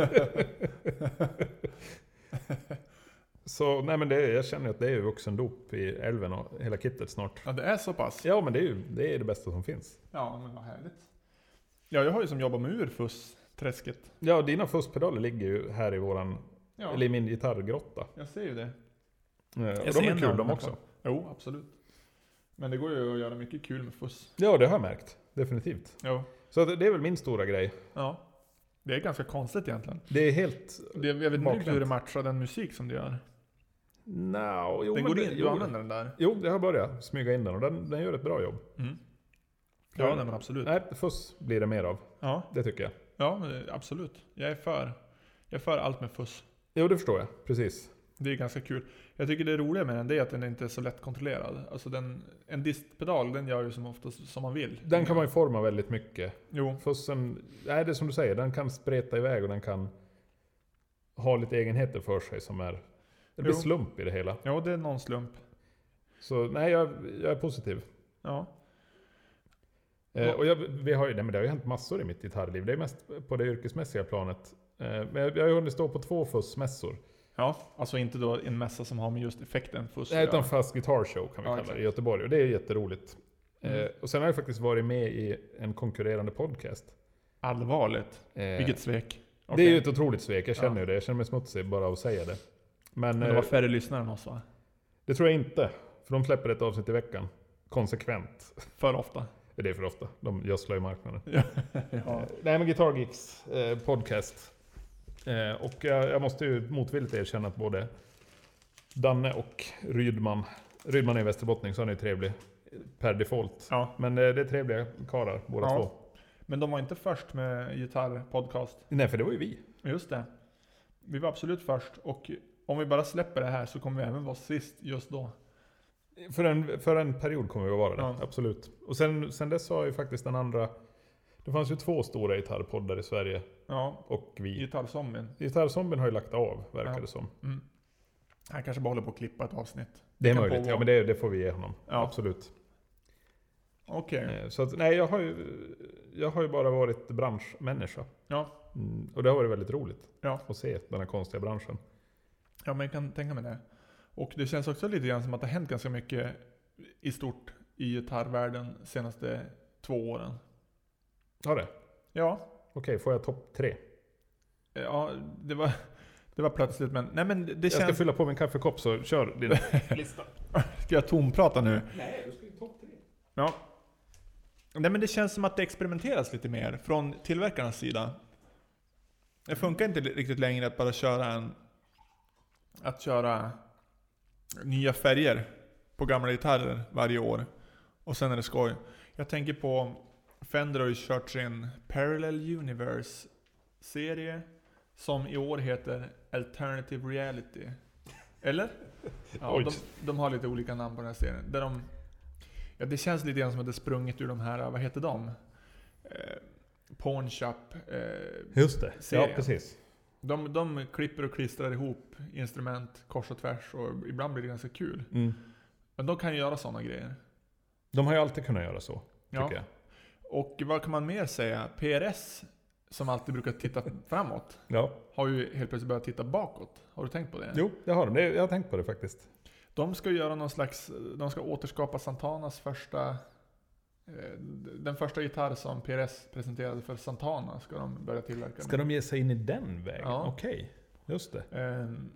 Så nej, men det, jag känner att det är ju vuxendop i älven och hela kittet snart. Ja, det är så pass. Ja, men det är ju det, är det bästa som finns. Ja, men vad härligt. Ja, jag har ju som jobbat med ur fuss-träsket. Ja, dina fusspedaler ligger ju här i våran, Ja, eller i min gitarrgrotta. jag ser ju det. Eh, Och Jag de ser är en kul av de dem också. Jo, absolut. Men det går ju att göra mycket kul med fuss. Ja, det har jag märkt. Definitivt. Jo. Så det, det är väl min stora grej. Ja. Det är ganska konstigt egentligen. Det är helt... Det, jag vet inte Bakvänt. riktigt hur det matchar den musik som du gör. No, jo, Den men går det, in, jo, du använder den där. jo, det har börjat smyga in den och den, den gör ett bra jobb. Mm. Ja, nej, men absolut. Nej, fuss blir det mer av. Ja, Det tycker jag. ja men absolut. Jag är för. Jag är för allt med fuss. Jo, det förstår jag. Precis. Det är ganska kul. Jag tycker det roliga med den det är att den inte är så lätt kontrollerad. Alltså den, en distpedal, den gör ju som oftast som man vill. Den kan man ju forma väldigt mycket. Jo, Fussen, nej, det är som du säger, den kan spreta iväg och den kan ha lite egenheter för sig som är... Det blir Jo. slump i det hela. ja, det är någon slump. Så nej, jag, jag är positiv. Ja, Eh, och jag, vi har ju, nej, men det har ju hänt massor i mitt gitarrliv. Det är mest på det yrkesmässiga planet. Eh, men jag, jag har ju hunnit stå på två fussmässor. ja, alltså inte då en mässa som har med just effekten fuss. Nej, att utan göra. Fast Guitar Show kan vi Ja, kalla exakt. det i Göteborg. Och det är jätteroligt. Mm. Eh, och sen har jag faktiskt varit med i en konkurrerande podcast. Allvarligt. Eh, Vilket svek. Det Okej. är ju ett otroligt svek, jag känner Ja. ju det. Jag känner mig smutsig bara av att säga det. Men, Men det var eh, färre lyssnare än oss, va? det tror jag inte. För de släpper ett avsnitt i veckan. Konsekvent. För ofta. Det är för ofta. De gödslar i marknaden. Ja. Eh, nej, men Guitar Geeks eh, podcast. Eh, och jag, jag måste ju motvilligt erkänna att både Danne och Rydman, Rydman är västerbottning så han är ju trevlig per default. Ja. Men eh, det är trevliga karlar båda Ja. två. Men de var inte först med gitarrpodcast. Nej, för det var ju vi. Just det. vi var absolut först. Och om vi bara släpper det här så kommer vi även vara sist just då. För en, för en period kommer vi att vara det, Ja. absolut. Och sen, sen dess har ju faktiskt den andra... Det fanns ju två stora gitarrpoddar i Sverige. Ja, Och vi... Gitarrzombien. Gitarrzombien har ju lagt av, verkar Ja. det som. Mm. Han kanske bara håller på att klippa ett avsnitt. Det är kan möjligt, pågå. ja men det, det får vi ge honom. Ja. Absolut. Okej. Eh, Så att, nej, jag har ju, jag har ju bara varit branschmänniska. Ja. Mm, och det har varit väldigt roligt Ja. att se den här konstiga branschen. Ja, men jag kan tänka mig det. Och det känns också lite grann som att det har hänt ganska mycket i stort i gitarrvärlden de senaste två åren. Har det? Ja. Okej, får jag topp tre? Ja, det var, det var plötsligt, men nej men det Jag ska känns... fylla på min kaffekopp så kör din lista. Ska jag tomprata nu? Nej, du ska ju topp tre. Ja. Nej men det känns som att det experimenteras lite mer från tillverkarnas sida. Det funkar inte riktigt längre att bara köra en... Att köra nya färger på gamla gitarrer varje år. Och sen är det skoj. Jag tänker på... Fender har ju kört sin Parallel Universe-serie som i år heter Alternative Reality. Eller? Ja, de, de har lite olika namn på den här serien. Där de, ja, det känns lite grann som att det är sprunget ur de här, vad heter de? Eh, Pawn Shop eh, Just det, serien. ja precis. De, de klipper och klistrar ihop instrument kors och tvärs och ibland blir det ganska kul. Mm. Men de kan ju göra sådana grejer. De har ju alltid kunnat göra så, tycker Ja. jag. Och vad kan man mer säga? P R S, som alltid brukar titta framåt, Ja. har ju helt plötsligt börjat titta bakåt. Har du tänkt på det? Jo, det har de. Det, jag har tänkt på det faktiskt. De ska göra någon slags... De ska återskapa Santanas första... Eh, den första gitarr som P R S presenterade för Santana ska de börja tillverka. Ska nu. de ge sig in i den vägen? Ja. Okej, just det. Ehm,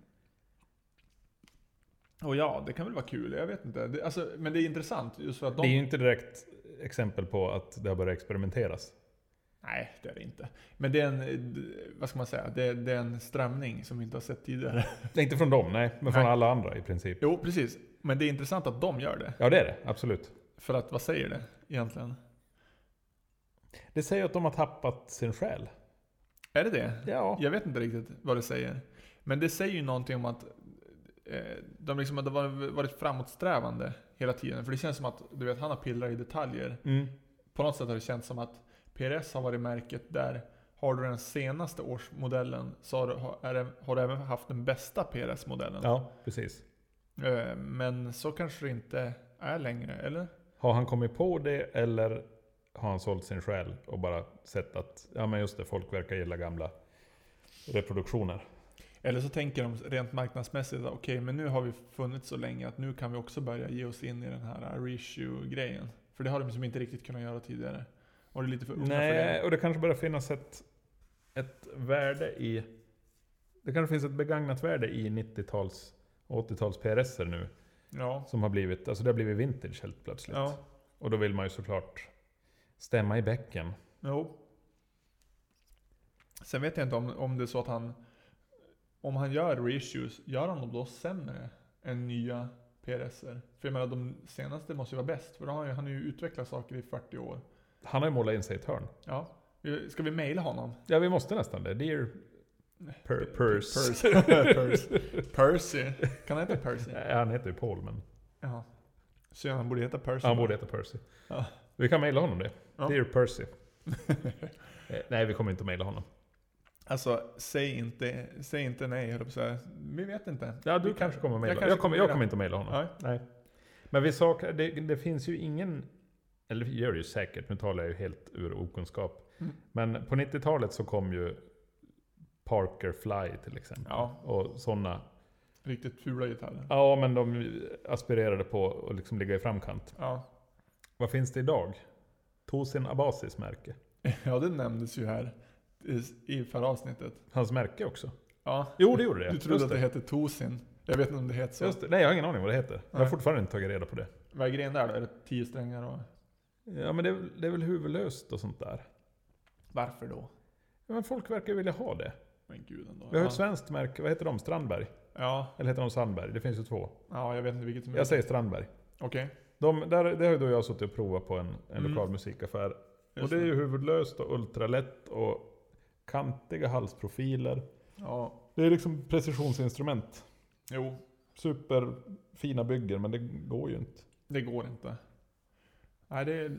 och ja, det kan väl vara kul. Jag vet inte. Det, alltså, men det är intressant just för att de... Det är ju inte direkt exempel på att det har börjat experimenteras. Nej, det är det inte. Men det är en... Vad ska man säga? Det är, det är en strömning som vi inte har sett tidigare. Det är inte från dem, nej. Men från Nej. alla andra i princip. Jo, precis. Men det är intressant att de gör det. Ja, det är det. Absolut. För att, vad säger det egentligen? Det säger att de har tappat sin själ. Är det det? Ja. Jag vet inte riktigt vad det säger. Men det säger ju någonting om att eh, de liksom hade varit, varit framåtsträvande hela tiden. För det känns som att, du vet, han har pillrat i detaljer. Mm. På något sätt har det känts som att P R S har varit märket där. Har du den senaste årsmodellen så har du, har, är det, har du även haft den bästa P R S-modellen. Ja, precis. Eh, men så kanske det inte är längre, eller? Har han kommit på det eller har han sålt sin själ och bara sett att ja men just det, folk verkar gilla gamla reproduktioner. Eller så tänker de rent marknadsmässigt att okej, okay, men nu har vi funnits så länge att nu kan vi också börja ge oss in i den här reissue-grejen. För det har de liksom inte riktigt kunnat göra tidigare. Och det är lite för unga Nej, för det. och det kanske börjar finnas ett, ett värde i... Det kanske finns ett begagnat värde i nittio-tals och åttio-tals P R S-er nu. Ja. Som har blivit, alltså det har blivit vintage helt plötsligt. Ja. Och då vill man ju såklart stämma i bäcken. Jo. Sen vet jag inte om, om det är så att han... Om han gör reissues, gör han dem då sämre än nya P R S-er? För jag menar, de senaste måste ju vara bäst. För då har han ju utvecklat saker i fyrtio år. Han har ju målat in sig i ett hörn. Ja. Ska vi mejla honom? Ja, vi måste nästan det. Dear per, Purse. Percy. Percy. Kan han heta Percy? Ja, han heter ju Paul, men... Jaha. Så han borde heta Percy. Han borde heta Percy. Ja. Vi kan mejla honom det. Ja. Dear Percy. eh, nej, vi kommer inte att mejla honom. Alltså, säg inte, säg inte nej, jag höll på att säga. Vi vet inte. Ja, du vi kanske kommer att mejla. Jag, Jag, kommer, jag kommer kommer inte att mejla honom. Nej. Nej. Men vi saknar... Det, det finns ju ingen... Eller gör det ju säkert. Nu talar jag ju helt ur okunskap. Mm. Men på nittio-talet så kom ju Parker Fly till exempel. Ja. Och sådana... Riktigt fula gitarrer. Ja, men de aspirerade på att liksom ligga i framkant. Ja. Vad finns det idag? Tosin Abasis märke. Ja, det nämndes ju här i, i förra avsnittet. Hans märke också. Ja. Jo, det gjorde det. Du trodde Just att det hette Tosin. Jag vet inte om det heter så. Just det. Nej, jag har ingen aning vad det heter. Jag har Nej. fortfarande inte tagit reda på det. Vad är grejen där då? Är det tio strängar och... Ja, men det är, väl- det är väl huvudlöst och sånt där. Varför då? Ja, men folk verkar vilja ha det. Men gud ändå. Vi har Ja. ett svenskt märke. Vad heter de? Strandberg? Ja. Eller heter de Sandberg? Det finns ju två. Ja, jag vet inte vilket som är. Jag säger Strandberg. Okej. De, där, det har ju då jag suttit och provat på en, en Mm. lokal musikaffär. Och Just det är ju huvudlöst och ultralätt och kantiga halsprofiler. Ja. Det är liksom precisionsinstrument. Jo, Superfina byggen, men det går ju inte. det går inte. Nej, det är...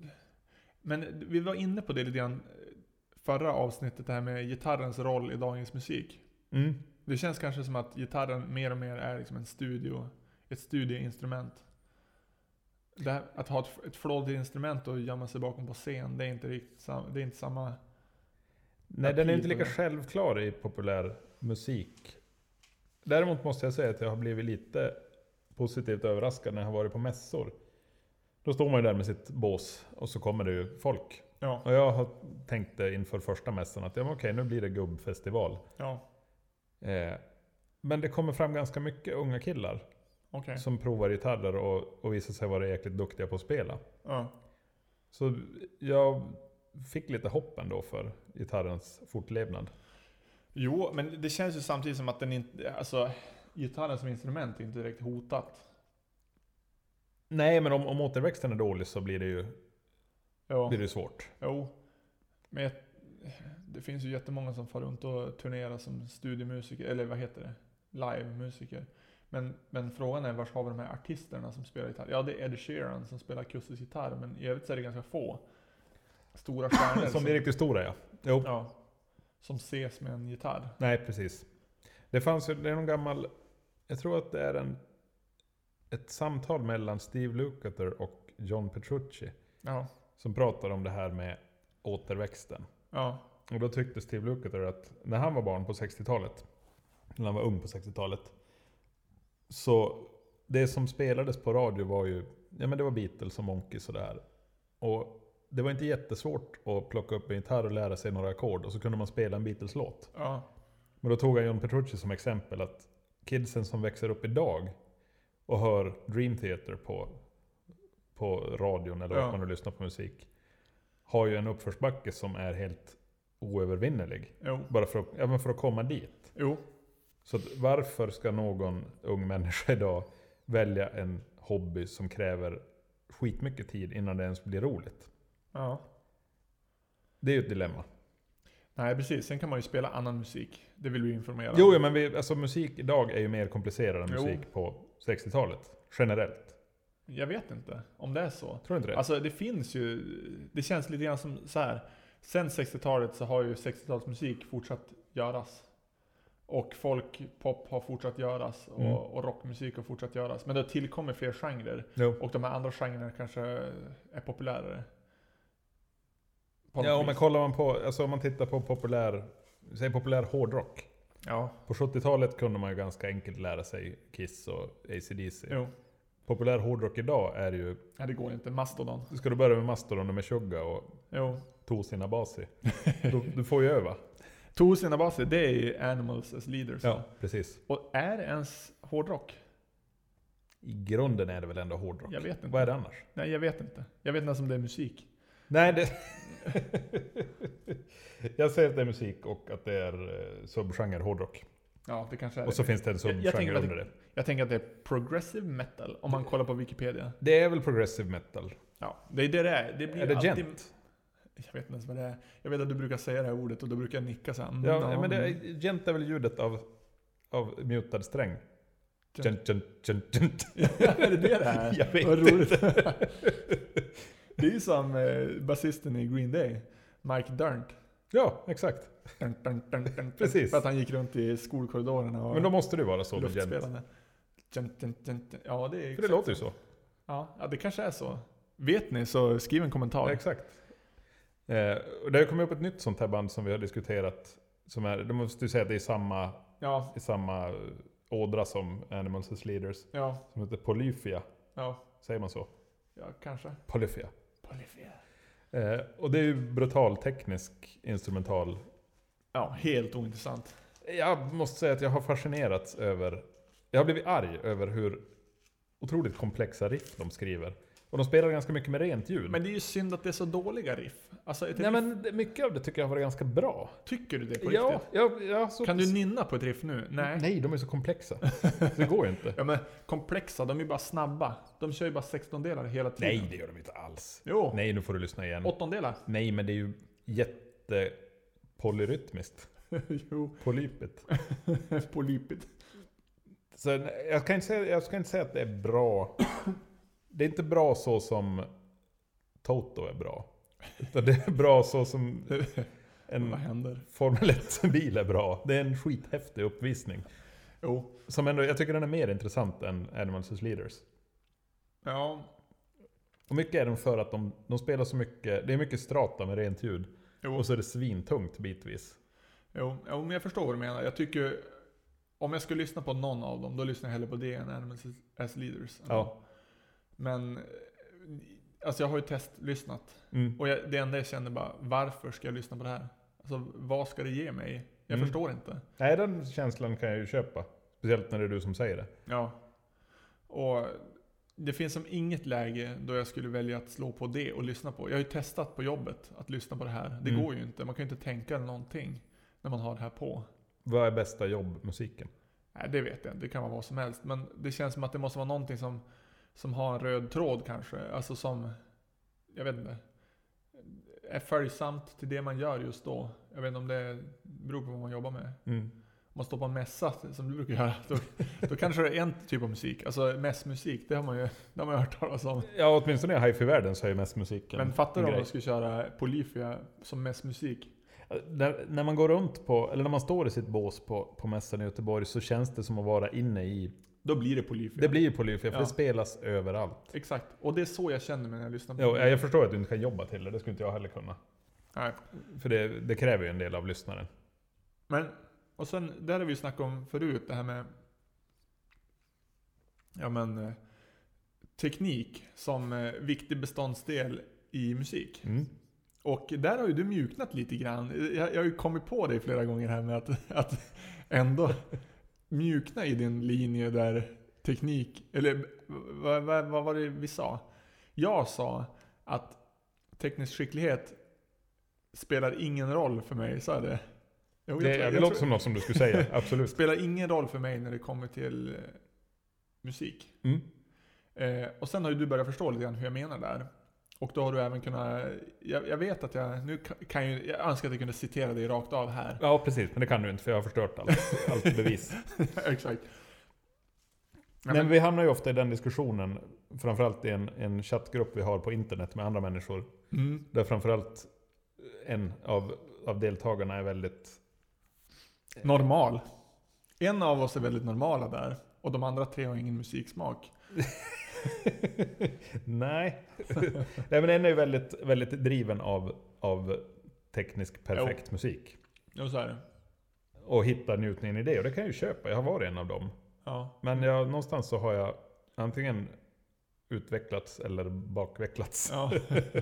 Men vi var inne på det lite grann förra avsnittet, det här med gitarrens roll i dagens musik. Mm. Det känns kanske som att gitarren mer och mer är liksom en studio, ett studieinstrument. Det här, att ha ett, ett flådigt instrument och gömma sig bakom på scen, det är inte riktigt sam, det är inte samma... Nej, den är inte lika självklar i populär musik. Däremot måste jag säga att jag har blivit lite positivt överraskad när jag har varit på mässor. Då står man ju där med sitt bås och så kommer det ju folk. Ja. Och jag har tänkt det inför första mässan att ja, men okej, nu blir det gubbfestival. Ja. Eh, men det kommer fram ganska mycket unga killar Okay. som provar gitarrer och, och visar sig vara jäkligt duktiga på att spela. Ja. Så jag fick lite hopp ändå för gitarrens fortlevnad. Jo, men det känns ju samtidigt som att den inte, alltså gitarren som instrument är inte direkt hotat. Nej, men om, om återväxten är dålig så blir det ju Ja. blir det svårt. Jo. Men jag, det finns ju jättemånga som får runt och turnerar som studiemusiker, eller vad heter det? Live-musiker. Men, men frågan är, vars har vi de här artisterna som spelar gitarr? Ja, det är Ed Sheeran som spelar akustisk gitarr, men i övrigt så är det ganska få stora stjärnor Som är riktigt stora, ja. Jo. Ja, som ses med en gitarr. Nej, precis. Det fanns ju, det är någon gammal, jag tror att det är en ett samtal mellan Steve Lukather och John Petrucci Ja. som pratar om det här med återväxten. Ja. Och då tyckte Steve Lukather att när han var barn på sextiotalet, när han var ung på sextiotalet, så det som spelades på radio var ju, ja men det var Beatles och Monkees och det här. Och det var inte jättesvårt att plocka upp en gitarr och lära sig några ackord och så kunde man spela en Beatles-låt. Ja. Men då tog han John Petrucci som exempel att kidsen som växer upp idag och hör Dream Theater på, på radion eller Ja. vad man nu lyssnar på musik, har ju en uppförsbacke som är helt oövervinnerlig. Jo. Bara för att, ja, men för att komma dit. Jo. Så att varför ska någon ung människa idag välja en hobby som kräver skitmycket tid innan det ens blir roligt? Ja. Det är ju ett dilemma. Nej, precis. Sen kan man ju spela annan musik. Det vill vi informera om. Jo, ja, men vi, alltså, musik idag är ju mer komplicerad än Jo. musik på sextiotalet. Generellt. Jag vet inte om det är så. Tror du inte det? Alltså det finns ju, det känns lite grann som så här. Sen sextiotalet så har ju sextiotalsmusik fortsatt göras. Och folkpop har fortsatt göras. Och, Mm. och rockmusik har fortsatt göras. Men det har tillkommit fler genrer. Jo. Och de här andra genrerna kanske är populärare. På Ja, något om man vis. kollar man på, alltså om man tittar på populär, säg populär hårdrock. Ja, På sjuttiotalet kunde man ju ganska enkelt lära sig Kiss och A C D C. jo. Populär hårdrock idag är ju, Nej, det går inte. Mastodon. ska du börja med Mastodon och med Sugar och Jo. Tosin Abasi. du, du får ju öva. Tosin Abasi, det är ju Animals as Leaders. Ja, precis. Och är det ens hårdrock? I grunden är det väl ändå hårdrock. Jag vet inte. Vad är det annars? Nej, jag vet inte. Jag vet inte ens om det är musik. Nej, det... jag säger att det är musik och att det är uh, subgenre hårdrock. Ja, det kanske är Och så det. finns det en Jag- jag tänker subgenre att under det. Jag tänker att det är progressive metal, om man kollar på Wikipedia. Det är väl progressive metal? Ja, det är det det är. Det blir Är det alltid... gent? Jag vet inte ens vad det är. Jag vet att du brukar säga det här ordet och då brukar jag nicka så här. Mm, Ja, ja, men det är, mm. gent är väl ljudet av, av mutad sträng? Gent. Gent, gent, gent, gent. Är det det det är? Jag vet Vad roligt. Det är ju som eh, basisten i Green Day, Mike Dirnt. Ja, exakt. Dun, dun, dun, dun, dun. Precis. För att han gick runt i skolkorridorerna och Men då måste det vara så med gent. luftspelande. Gent, gent, gent. Ja, det är För det exakt låter ju så. Ja, ja, det kanske är så. Vet ni så skriv en kommentar. Ja, exakt. Eh, och det har kommit upp ett nytt sånt här band som vi har diskuterat. Som är, då måste du säga att det är samma, Ja, i samma ådra som Animals as Leaders. ja, Som heter Polyphia. ja, Säger man så? ja, kanske. Polyphia. Polyphia. Eh, och det är ju brutal teknisk instrumental. Ja, helt ointressant. Jag måste säga att jag har fascinerats över... Jag har blivit arg över hur otroligt komplexa riff de skriver. Och de spelar ganska mycket med rent ljud. Men det är ju synd att det är så dåliga riff. Alltså, ett Nej, riff, men det- mycket av det tycker jag har varit ganska bra. tycker du det på Ja, riktigt? ja, ja, så Kan du nynna på ett riff nu? Nej. Nej, de är så komplexa. Det går ju inte. Ja, men komplexa, de är ju bara snabba. De kör ju bara sextondelar hela tiden. Nej, det gör de inte alls. Jo, Nej, nu får du lyssna igen. åttondelar. Nej, men det är ju jättepolyrytmiskt. Jo. Polypet. Polypet. Så jag, kan inte säga, jag ska inte säga att det är bra. Det är inte bra så som Toto är bra. Utan det är bra så som en Vad händer? Formel ett-bil är bra. Det är en skithäftig uppvisning. Jo. Som ändå, jag tycker den är mer intressant än Animals as Leaders. Ja. Och mycket är den för att de, de spelar så mycket. Det är mycket strata med rent ljud. Jo. Och så är det svintungt bitvis. Jo, jo, men jag förstår vad du menar. Jag tycker, om jag skulle lyssna på någon av dem, då lyssnar jag hellre på det än Animals as Leaders. Ja. Men, alltså jag har ju testlyssnat. Mm. Och jag, det enda jag känner bara, varför ska jag lyssna på det här? Alltså, vad ska det ge mig? Jag Mm. förstår inte. Nej, den känslan kan jag ju köpa. Speciellt när det är du som säger det. Ja. Och det finns som inget läge då jag skulle välja att slå på det och lyssna på. Jag har ju testat på jobbet att lyssna på det här. Det Mm. går ju inte. Man kan ju inte tänka någonting när man har det här på. Vad är bästa jobbmusiken? Nej, det vet jag inte. Det kan vara vad som helst. Men det känns som att det måste vara någonting som, som har en röd tråd kanske. Alltså som, jag vet inte, är följsamt till det man gör just då. Jag vet inte om det beror på vad man jobbar med. Mm. Om man står på en mässa som du brukar göra, då, då kanske det är en typ av musik. Alltså mässmusik, det har man ju, det har man ju hört talas om. Ja, åtminstone i hi-fi-världen så är ju mest musiken. Men fattar du om grej. man skulle köra Polyphia som mässmusik? När, när man går runt på, eller när man står i sitt bås på, på mässan i Göteborg, så känns det som att vara inne i... Då blir det Polyphia. Det blir ju Polyphia, för Ja. det spelas överallt. Exakt. Och det är så jag känner mig när jag lyssnar på Jo, jag förstår att du inte kan jobba till det, det skulle inte jag heller kunna. Nej. För det, det kräver ju en del av lyssnaren. Men, och sen, där har vi ju snackat om förut, det här med ja men eh, teknik som eh, viktig beståndsdel i musik. Mm. Och där har ju du mjuknat lite grann. Jag, jag har ju kommit på dig flera gånger här med att, att ändå mjukna i din linje där teknik, eller vad, vad, vad var det vi sa? Jag sa att teknisk skicklighet spelar ingen roll för mig, sa jag det? Jo, Det, jag tror- jag det låter tror- som något som du skulle säga, absolut. spelar ingen roll för mig när det kommer till eh, musik. Mm. Eh, och sen har ju du börjat förstå lite grann hur jag menar där. Och då har du även kunnat, jag, jag vet att jag, nu kan- kan ju, jag önskar att jag kunde citera dig rakt av här. Ja, precis, men det kan du inte, för jag har förstört allt, allt bevis. Exakt. Ja, Men men, vi hamnar ju ofta i den diskussionen, framförallt i en, en chattgrupp vi har på internet med andra människor, mm, där framförallt en av, av deltagarna är väldigt... normal. En av oss är väldigt normala där. Och de andra tre har ingen musiksmak. Nej. Nej, men en är ju väldigt, väldigt driven av, av teknisk perfekt musik. Jo, så är det. Och hittar njutningen i det, och det kan jag ju köpa, jag har varit en av dem. Ja. Men jag, någonstans så har jag antingen utvecklats eller bakvecklats. Ja.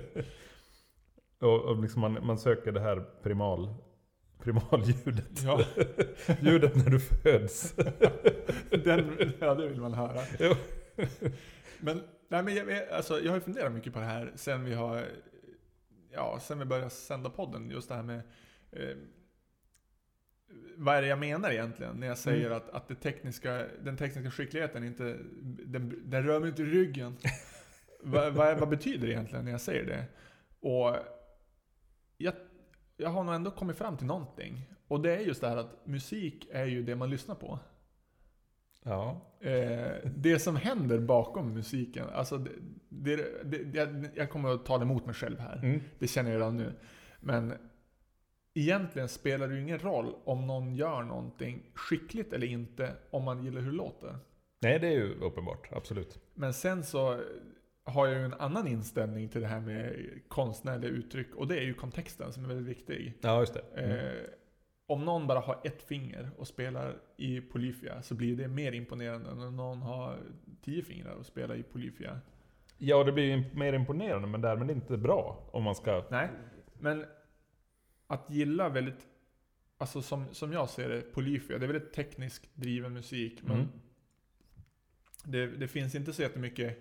och och liksom man, man söker det här primal, primal-ljudet. Ja. Ljudet när du föds. Den, ja, det vill man höra. Jo. Men, nej, men jag, vet- alltså, jag har ju funderat mycket på det här sen vi har, ja, sen vi började sända podden. Just det här med, eh, vad är det jag menar egentligen när jag säger Mm. att, att det tekniska, den tekniska skickligheten inte, den, den rör mig inte i ryggen. vad, vad, vad betyder det egentligen när jag säger det? Och jag, jag har nog ändå kommit fram till någonting. Och det är just det här att musik är ju det man lyssnar på. Ja. Eh, det som händer bakom musiken, alltså det, det, det, jag, jag kommer att ta det emot mig själv här. Mm. Det känner jag redan nu. Men egentligen spelar det ju ingen roll om någon gör någonting skickligt eller inte, om man gillar hur det låter. Nej, det är ju uppenbart, absolut. Men sen så har jag ju en annan inställning till det här med konstnärliga uttryck, och det är ju kontexten som är väldigt viktig. Ja, just det. Mm. Eh, om någon bara har ett finger och spelar i Polyphia, så blir det mer imponerande än om någon har tio fingrar och spelar i Polyphia. Ja, det blir ju mer imponerande, men därmed inte bra om man ska... Nej, men att gilla väldigt, alltså som, som jag ser det, Polyphia, det är väldigt tekniskt driven musik, men Mm. det, det finns inte så jättemycket,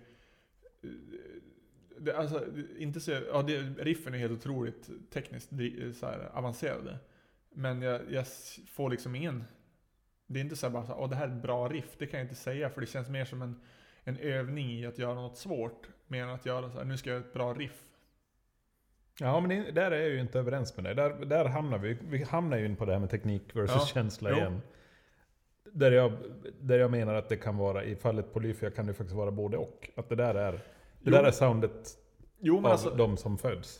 det, alltså inte så, ja, det, riffen är helt otroligt tekniskt dri- så här, avancerade. Men jag, jag s- får liksom ingen, det är inte så här bara så här, åh, det här är ett bra riff, det kan jag inte säga, för det känns mer som en, en övning i att göra något svårt, mer än att göra så här, nu ska jag göra ett bra riff. Ja, men det, där är jag ju inte överens med dig. Där, där hamnar vi. Vi hamnar ju in på det här med teknik versus Ja. känsla Jo. igen. Där jag, där jag menar att det kan vara, i fallet Polyphia kan det faktiskt vara både och. Att det där är, det Jo. där är soundet Jo, men av alltså, de som föds.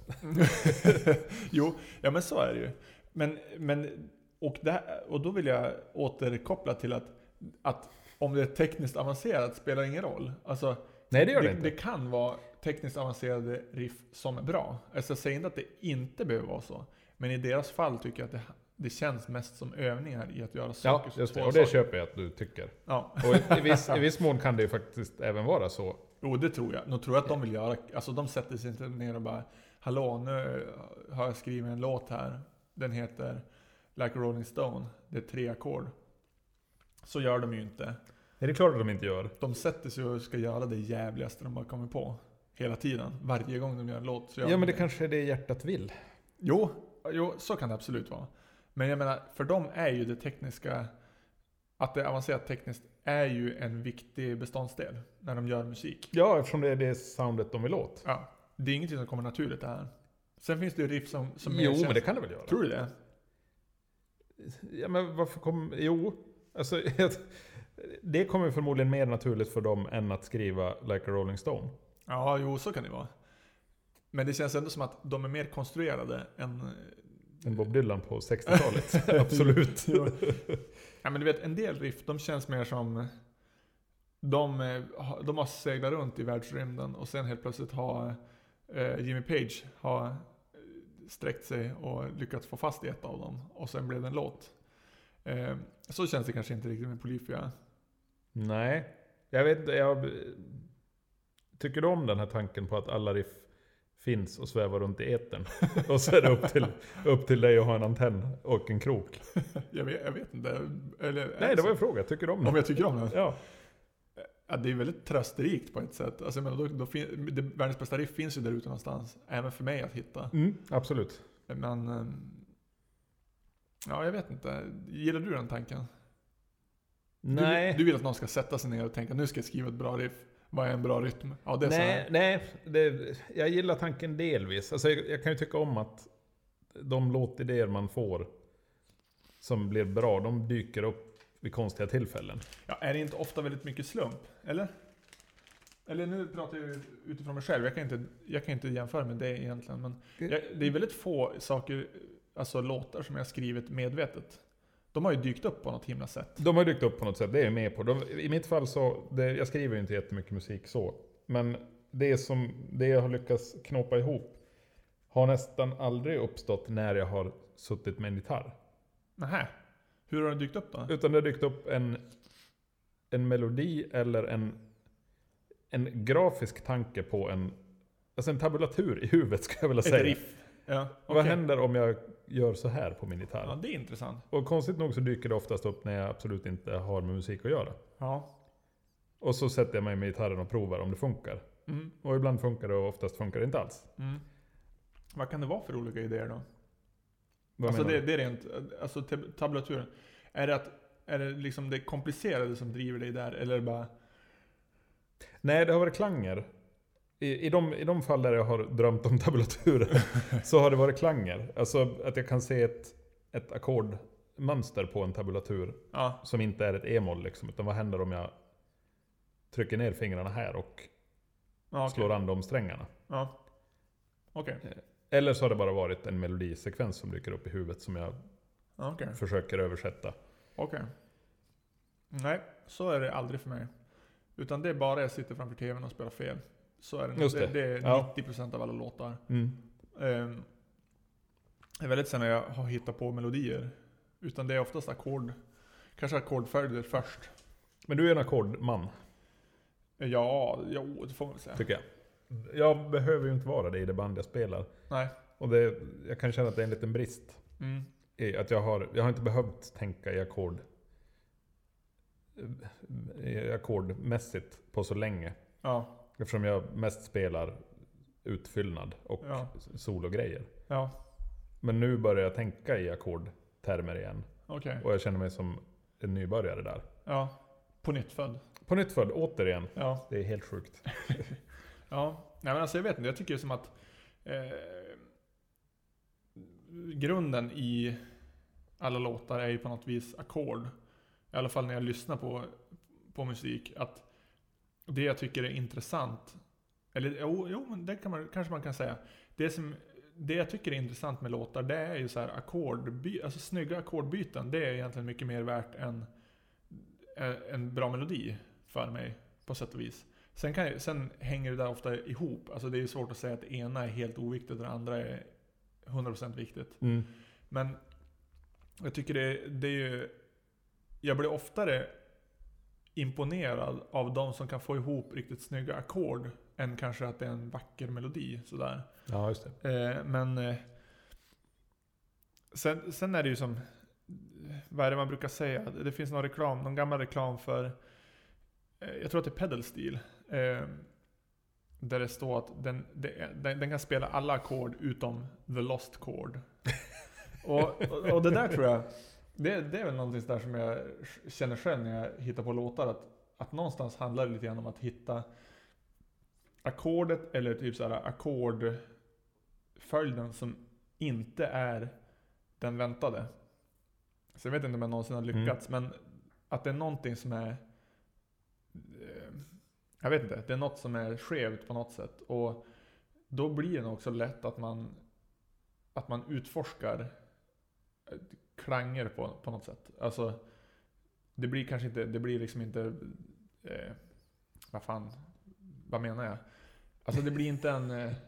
jo, ja men så är det ju. Men, men och, det, och då vill jag återkoppla till att, att om det är tekniskt avancerat spelar ingen roll. Alltså, Nej, det gör det, det, inte. det kan vara tekniskt avancerade riff som är bra. Alltså, jag säger inte att det inte behöver vara så. Men i deras fall tycker jag att det, det känns mest som övningar i att göra Ja, saker. just det. två Och det saker. köper jag att du tycker. Ja. Och i, i, viss, i viss mån kan det ju faktiskt även vara så. Jo, det tror jag. Nu tror jag att de vill göra, alltså de sätter sig inte ner och bara hallå, nu har jag skrivit en låt här. Den heter Like a Rolling Stone. Det är tre ackord. Så gör de ju inte. Är det klart att de inte gör? De sätter sig och ska göra det jävligaste de bara kommer på. Hela tiden. Varje gång de gör en låt så gör Ja, de men det kanske är det hjärtat vill. Jo, jo, så kan det absolut vara. Men jag menar, för dem är ju det tekniska, att det är avancerat tekniskt är ju en viktig beståndsdel när de gör musik. Ja, eftersom det är det soundet de vill åt. Ja, det är ingenting som kommer naturligt det här. Sen finns det ju riff som, som mer Jo, känns- men det kan det väl göra? Tror du det? Ja, men varför kom... Jo. Alltså, det kommer förmodligen mer naturligt för dem än att skriva Like a Rolling Stone. Ja, jo, så kan det vara. Men det känns ändå som att de är mer konstruerade än... En Bob Dylan på sextiotalet. Absolut. Jo. Ja, men du vet, en del riff, de känns mer som... De, eh, ha- de har seglat runt i världsrymden och sen helt plötsligt har eh, Jimmy Page har eh, sträckt sig och lyckats få fast i ett av dem. Och sen blev det en låt. Eh, så känns det kanske inte riktigt med Polyphia. Nej. Jag vet inte, jag... Tycker du om den här tanken på att alla riff finns och svävar runt i etern? Och så är det upp till, upp till dig att ha en antenn och en krok. Jag vet, jag vet inte. Eller, Nej, det var en fråga. Tycker du om om den? jag tycker om den. Ja. Ja, det är väldigt trösterikt på ett sätt. Alltså, jag menar, då, då fin- det, världens bästa riff finns ju där ute någonstans. Även för mig att hitta. Mm, absolut. Men... ehm, Ja, jag vet inte. Gillar du den tanken? Nej. Du, du vill att någon ska sätta sig ner och tänka, nu ska jag skriva ett bra riff. Vad är en bra rytm? Ja, det är så Nej, här. nej det, jag gillar tanken delvis. Alltså jag, jag kan ju tycka om att de låtidéer man får som blir bra, de dyker upp vid konstiga tillfällen. Ja, är det inte ofta väldigt mycket slump? Eller? Eller nu pratar jag utifrån mig själv. Jag kan inte, jag kan inte jämföra med det egentligen. Men jag, det är väldigt få saker, alltså låtar som jag har skrivit medvetet. De har ju dykt upp på något himla sätt. De har dykt upp på något sätt, det är jag med på. De, I mitt fall så, det, jag skriver ju inte jättemycket musik så. Men det som det jag har lyckats knåpa ihop har nästan aldrig uppstått när jag har suttit med en gitarr. Nähä. Hur har det dykt upp då? Utan det har dykt upp en, en melodi eller en, en grafisk tanke på en, alltså en tabulatur i huvudet ska jag vilja säga. Ett riff. Ja, Vad okej. händer om jag gör så här på min gitarr? Ja, det är intressant. Och konstigt nog så dyker det oftast upp när jag absolut inte har med musik att göra. Ja. Och så sätter jag mig med gitarren och provar om det funkar. Mm. Och ibland funkar det och oftast funkar det inte alls. Mm. Vad kan det vara för olika idéer då? Vad Alltså menar det, du? det är rent, alltså tab- tabulaturen. Är det, att, är det liksom det komplicerade som driver dig där? Eller är det bara... Nej, det har varit klanger. I, i, de, I de fall där jag har drömt om tabulaturen så har det varit klanger. Alltså att jag kan se ett, ett ackordmönster på en tabulatur Ja, som inte är ett e-moll liksom. Utan vad händer om jag trycker ner fingrarna här och ja okej. slår an de strängarna? Ja. Okej. Eller så har det bara varit en melodisekvens som dyker upp i huvudet som jag Ja, okej. försöker översätta. Okej. Nej, så är det aldrig för mig. Utan det är bara jag sitter framför tvn och spelar fel. Så är det. Just det. det. Det är Ja. nittio procent av alla låtar. Mm. Ehm, det är väldigt sällan jag har hittat på melodier. Utan det är oftast ackord. Kanske ackordföljder först. Men du är en ackordman, Ja, jo, det får man väl säga. tycker jag. Jag behöver ju inte vara det i det band jag spelar. Nej. Och det, jag kan känna att det är en liten brist. Mm. I att jag har, jag har inte behövt tänka i ackord i ackordmässigt på så länge. Ja. Eftersom jag mest spelar utfyllnad och Ja. sologrejer. Ja. Men nu börjar jag tänka i ackordtermer igen. Okej. Och jag känner mig som en nybörjare där. Ja. På nytt född. På nytt född, återigen. Ja. Det är helt sjukt. Ja. Nej men alltså jag vet inte. Jag tycker det är som att... Eh, grunden i alla låtar är ju på något vis ackord. I alla fall när jag lyssnar på, på musik. Att det jag tycker är intressant, eller jo, jo men det kan man, kanske man kan säga. Det, som, det jag tycker är intressant med låtar, det är ju så här ackordby, alltså snygga ackordbyten. Det är egentligen mycket mer värt än en bra melodi för mig på sätt och vis. Sen, kan jag, sen hänger det där ofta ihop. Alltså det är svårt att säga att det ena är helt oviktigt och det andra är hundra procent viktigt. Mm. Men jag tycker det, det är ju... Jag blir oftare imponerad av de som kan få ihop riktigt snygga ackord än kanske att det är en vacker melodi. Sådär. Ja, just det. Eh, men... Eh, sen, sen är det ju som... Vad är det man brukar säga? Det finns någon reklam, någon gammal reklam för... Jag tror att det är pedal steel. Eh, där det står att den, den, den kan spela alla ackord utom the lost chord. och, och, och det där tror jag, det, det är väl någonting där som jag känner själv när jag hittar på låtar. Att, att någonstans handlar det lite grann om att hitta ackordet eller typ så här ackordföljden som inte är den väntade. Så jag vet inte om jag någonsin har lyckats, mm. men att det är någonting som är... Jag vet inte, det är något som är skevt på något sätt. Och då blir det också lätt att man att man utforskar klanger på, på något sätt. Alltså det blir kanske inte, det blir liksom inte eh, vad fan, vad menar jag? Alltså det blir inte en eh,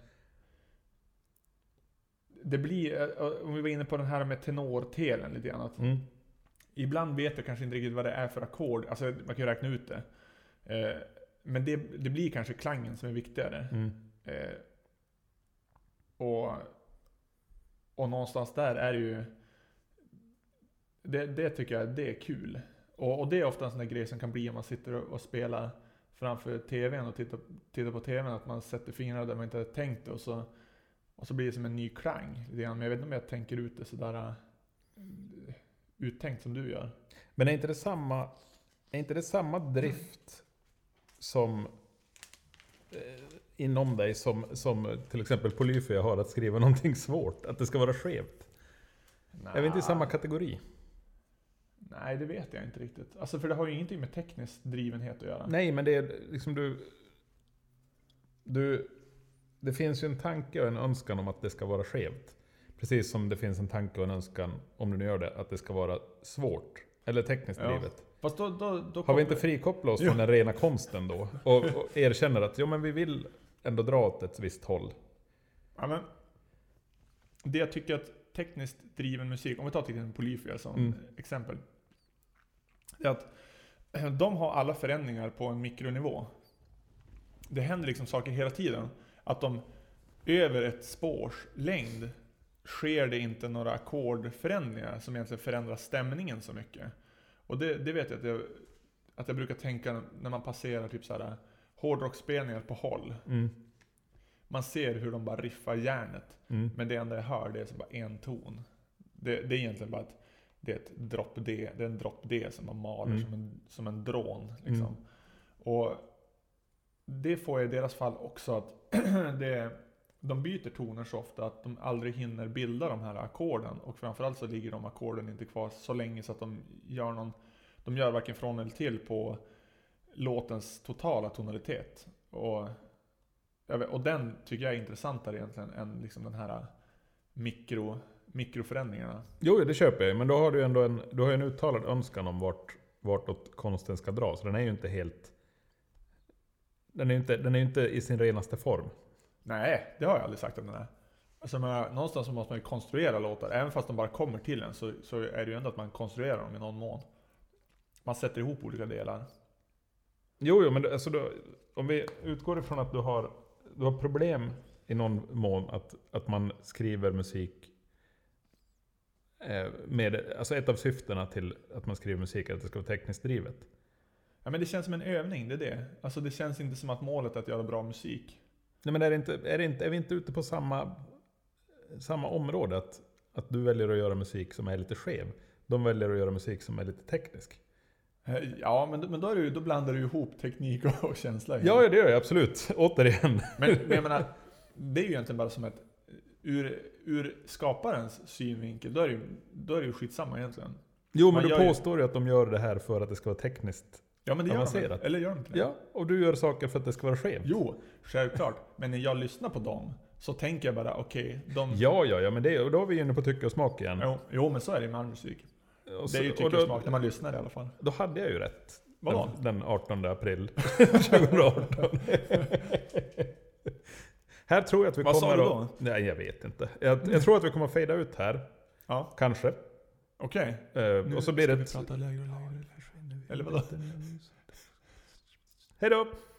det blir, eh, om vi var inne på den här med tenortelen lite grann, att mm. ibland vet jag kanske inte riktigt vad det är för ackord. Alltså man kan ju räkna ut det. Eh, men det, det blir kanske klangen som är viktigare. Mm. Eh, och, och någonstans där är det ju... Det, det tycker jag det är kul. Och, och det är ofta en sån där grej som kan bli om man sitter och, och spelar framför tvn och tittar, tittar på tvn. Att man sätter fingrarna där man inte hade tänkt det. Och så, och så blir det som en ny klang. Men jag vet inte om jag tänker ut det sådär uh, uttänkt som du gör. Men är inte det samma, är inte det samma drift som eh, inom dig som, som till exempel Polyphia har att skriva någonting svårt? Att det ska vara skevt? Nah. Är vi inte i samma kategori? Nej, det vet jag inte riktigt. Alltså för det har ju ingenting med teknisk drivenhet att göra. Nej, men det är liksom du... du det finns ju en tanke och en önskan om att det ska vara skevt. Precis som det finns en tanke och en önskan, om du nu gör det, att det ska vara svårt. Eller tekniskt drivet. Ja. Fast då, då, då har vi inte frikopplat oss jo. från den rena konsten då? Och, och erkänner att jo, men vi vill ändå dra åt ett visst håll. Ja, men det jag tycker att tekniskt driven musik, om vi tar till exempel Polyphia som mm. exempel, är att de har alla förändringar på en mikronivå. Det händer liksom saker hela tiden. Att de över ett spårs längd sker det inte några ackordförändringar som egentligen förändrar stämningen så mycket. Och det, det vet jag att, jag att jag brukar tänka när man passerar typ så här hårdrockspelningar på håll. Mm. Man ser hur de bara riffar järnet. Mm. Men det enda jag hör, det är som bara en ton. Det, det är egentligen bara att det är ett dropp D. Det är en dropp D som man maler mm. som, en, som en drån. Liksom. Mm. Och det får jag i deras fall också att det, de byter toner så ofta att de aldrig hinner bilda de här ackorden. Och framförallt så ligger de ackorden inte kvar så länge så att de gör någon, de gör varken från eller till på låtens totala tonalitet. Och, och den tycker jag är intressantare egentligen än liksom den här mikro, mikroförändringarna. Jo, det köper jag. Men då har du ändå en, du har en uttalad önskan om vart, vartåt konsten ska dra. Så den är ju inte helt... Den är ju inte, den är inte i sin renaste form. Nej, det har jag aldrig sagt om den här. Alltså, men, någonstans så måste man ju konstruera låtar. Även fast de bara kommer till en så, så är det ju ändå att man konstruerar dem i någon mån. Man sätter ihop olika delar. Jo, jo men alltså då, om vi utgår ifrån att du har, du har problem i någon mån att, att man skriver musik eh, med, alltså ett av syftena till att man skriver musik är att det ska vara tekniskt drivet. Ja, men det känns som en övning, det är det. Alltså det känns inte som att målet är att göra bra musik. Nej, men är, det inte, är, det inte, är vi inte ute på samma, samma område? Att, att du väljer att göra musik som är lite skev. De väljer att göra musik som är lite teknisk. Ja, men, men då, är det, då blandar du ihop teknik och, och känsla. Ja, det gör jag absolut. Återigen. Men, men jag menar, det är ju egentligen bara som ett ur, ur skaparens synvinkel, då är det ju, då är det ju skitsamma egentligen. Jo, Man men du gör ju- påstår ju att de gör det här för att det ska vara tekniskt. Ja, men det gör de. Avancerat. Eller gör de inte det? Ja, och du gör saker för att det ska vara skevt. Jo, självklart. Men när jag lyssnar på dem så tänker jag bara, okej, de... Ja, ja, ja, men det, och då är vi inne på tycke och smak igen. Jo, jo, men så är det med all musik. Och Det så- är ju och tycke då- och smak när man lyssnar i alla fall. Då hade jag ju rätt. Vadå? Den, den artonde april tjugoarton. Här tror jag att vi Vad kommer sa du då? att- Nej, jag vet inte. Jag, jag tror att vi kommer att fejda ut här. Ja, Kanske. okej. Eh, och så blir det ett... Prata lägre och lägre. Eller vadå? Hej då!